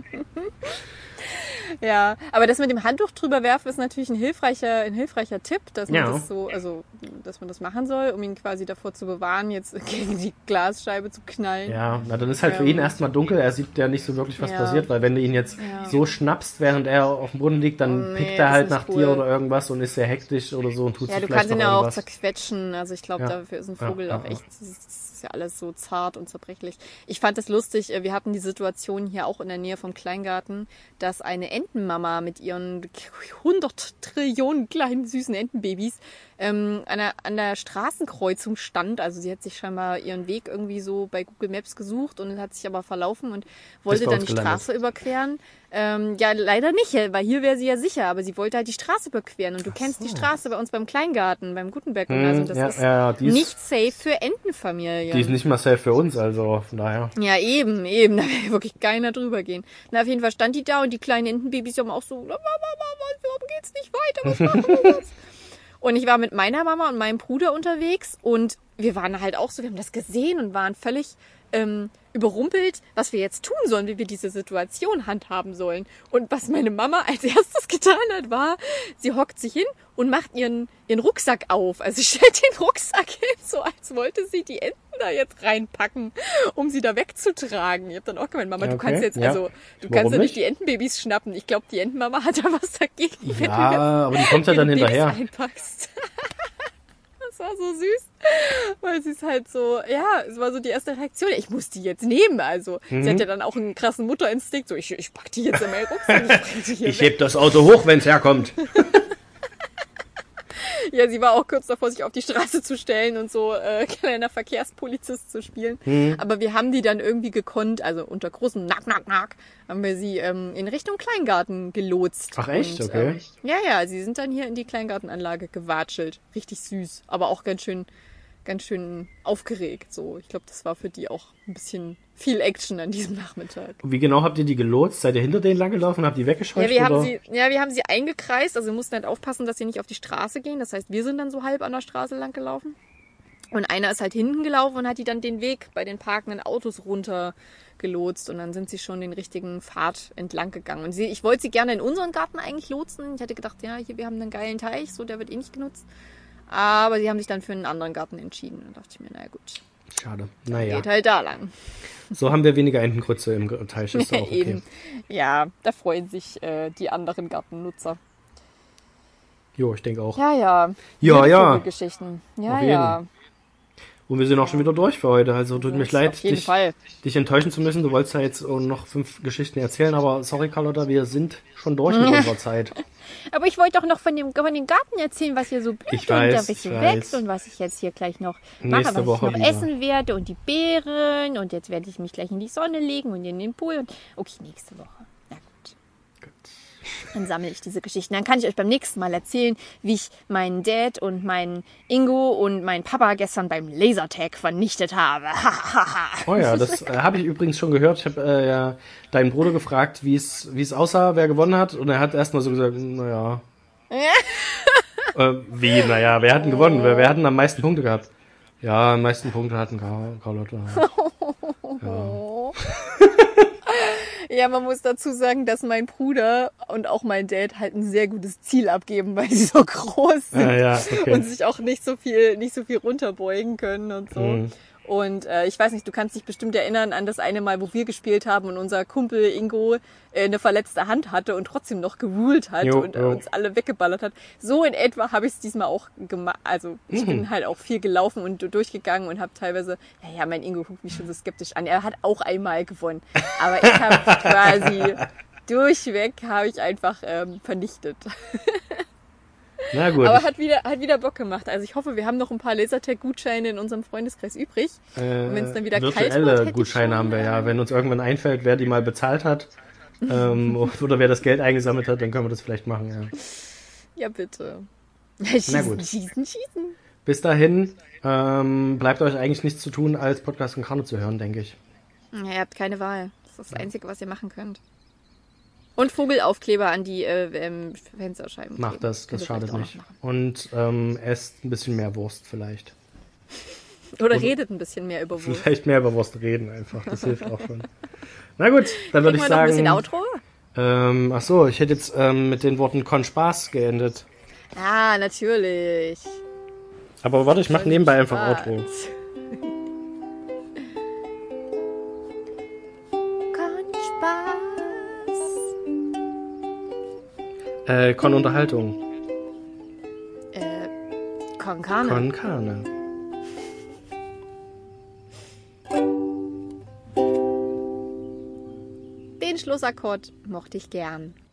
Ja, aber das mit dem Handtuch drüber werfen ist natürlich ein hilfreicher, ein hilfreicher Tipp, dass man Ja. das so, also, dass man das machen soll, um ihn quasi davor zu bewahren, jetzt gegen die Glasscheibe zu knallen. Ja, na dann ist halt für Ähm. ihn erstmal dunkel. Er sieht ja nicht so wirklich, was Ja. passiert, weil wenn du ihn jetzt Ja. so schnappst, während er auf dem Boden liegt, dann Oh, nee, pickt er das halt ist nach nicht dir cool. oder irgendwas und ist sehr hektisch oder so und tut Ja, sich du vielleicht kannst ihn noch ja auch irgendwas. zerquetschen. Also ich glaube, Ja. dafür ist ein Ja, Vogel ja, auch ja. echt, das ist, das ist ja alles so zart und zerbrechlich. Ich fand das lustig, wir hatten die Situation hier auch in der Nähe vom Kleingarten, dass eine Entenmama mit ihren hundert Trillionen kleinen süßen Entenbabys ähm, an, der, an der Straßenkreuzung stand. Also sie hat sich scheinbar ihren Weg irgendwie so bei Google Maps gesucht und hat sich aber verlaufen und wollte bei dann uns die gelandet. Straße überqueren. Ähm, ja, leider nicht, weil hier wäre sie ja sicher, aber sie wollte halt die Straße überqueren. Und du kennst die Straße bei uns beim Kleingarten, beim Gutenberg-Gymnasium. Hm, Das ja, ist ja, die ist- nicht safe für Entenfamilien. Die ist nicht mal safe für uns, also von daher. Ja, eben, eben. Da will wirklich keiner drüber gehen. Na, auf jeden Fall stand die da und die kleinen Entenbabys haben auch so, Mama, Mama, warum geht's nicht weiter? Was machen wir jetzt? Und ich war mit meiner Mama und meinem Bruder unterwegs und wir waren halt auch so, wir haben das gesehen und waren völlig ähm, überrumpelt, was wir jetzt tun sollen, wie wir diese Situation handhaben sollen. Und was meine Mama als erstes getan hat, war, sie hockt sich hin und macht ihren, ihren Rucksack auf. Also sie stellt den Rucksack hin, so als wollte sie die Enten da jetzt reinpacken, um sie da wegzutragen. Ich habe dann auch gemeint, Mama, Ja, du okay, kannst jetzt, ja. also du Warum kannst ja nicht nicht? die Entenbabys schnappen. Ich glaube, die Entenmama hat da was dagegen, wenn du jetzt Ja, aber die kommt ja dann ihre Babys hinterher. einpackst. Das war so süß, weil sie es halt so, ja, es war so die erste Reaktion. Ich muss die jetzt nehmen, also. Mhm. Sie hat ja dann auch einen krassen Mutterinstinkt, so ich, ich pack die jetzt in meinen Rucksack, ich bring sie hier Ich weg. heb das Auto hoch, wenn's herkommt. Ja, sie war auch kurz davor, sich auf die Straße zu stellen und so äh, kleiner Verkehrspolizist zu spielen. Mhm. Aber wir haben die dann irgendwie gekonnt, also unter großem Nack, Nack, Nack, haben wir sie ähm, in Richtung Kleingarten gelotst. Ach echt? Und, Okay. Ähm, ja, ja, sie sind dann hier in die Kleingartenanlage gewatschelt. Richtig süß, aber auch ganz schön, ganz schön aufgeregt. So, ich glaube, das war für die auch ein bisschen viel Action an diesem Nachmittag. Wie genau habt ihr die gelotst? Seid ihr hinter denen langgelaufen und habt die weggescheucht? Ja, wir haben oder? sie, ja, wir haben sie eingekreist, also wir mussten halt aufpassen, dass sie nicht auf die Straße gehen. Das heißt, wir sind dann so halb an der Straße lang gelaufen. Und einer ist halt hinten gelaufen und hat die dann den Weg bei den parkenden Autos runter gelotst. Und dann sind sie schon den richtigen Pfad entlang gegangen. Und sie, ich wollte sie gerne in unseren Garten eigentlich lotsen. Ich hatte gedacht, ja, hier, wir haben einen geilen Teich, so, der wird eh nicht genutzt. Aber sie haben sich dann für einen anderen Garten entschieden. Und da dachte ich mir, naja, gut, Schade. Naja. geht halt da lang. So haben wir weniger Entengrütze im Teich. Ist auch okay. Eben. Ja, da freuen sich äh, die anderen Gartennutzer. Jo, ich denke auch. Ja, ja. Ja, Liebe ja. Vogelgeschichten. Ja, Auf jeden. ja. Und wir sind auch schon wieder durch für heute. Also tut mir Das leid, auf jeden dich, Fall. dich enttäuschen zu müssen. Du wolltest ja jetzt auch noch fünf Geschichten erzählen, aber sorry, Carlotta, wir sind schon durch mit unserer Zeit. Aber ich wollte doch noch von dem, von dem Garten erzählen, was hier so blüht Ich und weiß, da ein bisschen ich wächst weiß. und was ich jetzt hier gleich noch Nächste mache, was Woche ich noch wieder. essen werde und die Beeren und jetzt werde ich mich gleich in die Sonne legen und in den Pool. Und okay, nächste Woche. Na gut. Dann sammle ich diese Geschichten. Dann kann ich euch beim nächsten Mal erzählen, wie ich meinen Dad und meinen Ingo und meinen Papa gestern beim Lasertag vernichtet habe. Oh ja, das äh, habe ich übrigens schon gehört. Ich habe äh, ja deinen Bruder gefragt, wie es wie es aussah, wer gewonnen hat. Und er hat erstmal so gesagt, naja. äh, wie, naja, wer hat denn gewonnen? Wer, wer hat denn am meisten Punkte gehabt? Ja, am meisten Punkte hatten Karl- Carlotta. Ja. Ja, man muss dazu sagen, dass mein Bruder und auch mein Dad halt ein sehr gutes Ziel abgeben, weil sie so groß sind Ah, ja, okay. und sich auch nicht so viel, nicht so viel runterbeugen können und so. Mhm. Und äh, ich weiß nicht, du kannst dich bestimmt erinnern an das eine Mal, wo wir gespielt haben und unser Kumpel Ingo äh, eine verletzte Hand hatte und trotzdem noch geruhlt hat Jo, und äh, jo. uns alle weggeballert hat. So in etwa habe ich es diesmal auch gemacht. Also ich Mhm. bin halt auch viel gelaufen und durchgegangen und habe teilweise, ja, ja, mein Ingo guckt mich schon so skeptisch an. Er hat auch einmal gewonnen. Aber ich habe quasi durchweg habe ich einfach ähm, vernichtet. Na gut. Aber hat wieder, hat wieder Bock gemacht. Also ich hoffe, wir haben noch ein paar Lasertag-Gutscheine in unserem Freundeskreis übrig. Äh, Und wenn es dann wieder kalt virtuelle wird, hätte ich Gutscheine schon, haben wir ja. äh, Wenn uns irgendwann einfällt, wer die mal bezahlt hat ähm, oder wer das Geld eingesammelt hat, dann können wir das vielleicht machen. Ja. Ja, bitte. Schießen, gut. schießen, schießen. Bis dahin ähm, bleibt euch eigentlich nichts zu tun, als Podcast und Karne zu hören, denke ich. Ja, ihr habt keine Wahl. Das ist das Einzige, was ihr machen könnt. Und Vogelaufkleber an die äh, ähm, Fensterscheiben. Macht das, das Könnt ihr schadet vielleicht auch nicht. noch machen. Und ähm, esst ein bisschen mehr Wurst vielleicht. Oder redet ein bisschen mehr über Wurst. Vielleicht mehr über Wurst reden einfach, das hilft auch schon. Na gut, dann würde ich Kriegen wir noch ein sagen... bisschen Outro? Ähm, ach so, ich hätte jetzt ähm, mit den Worten Con Spaß geendet. Ah, natürlich. Aber warte, ich mache nebenbei einfach Spaß. Outro. Con Spaß. Äh, Con Unterhaltung. Äh, Con Carne. Con Carne. Den Schlussakkord mochte ich gern.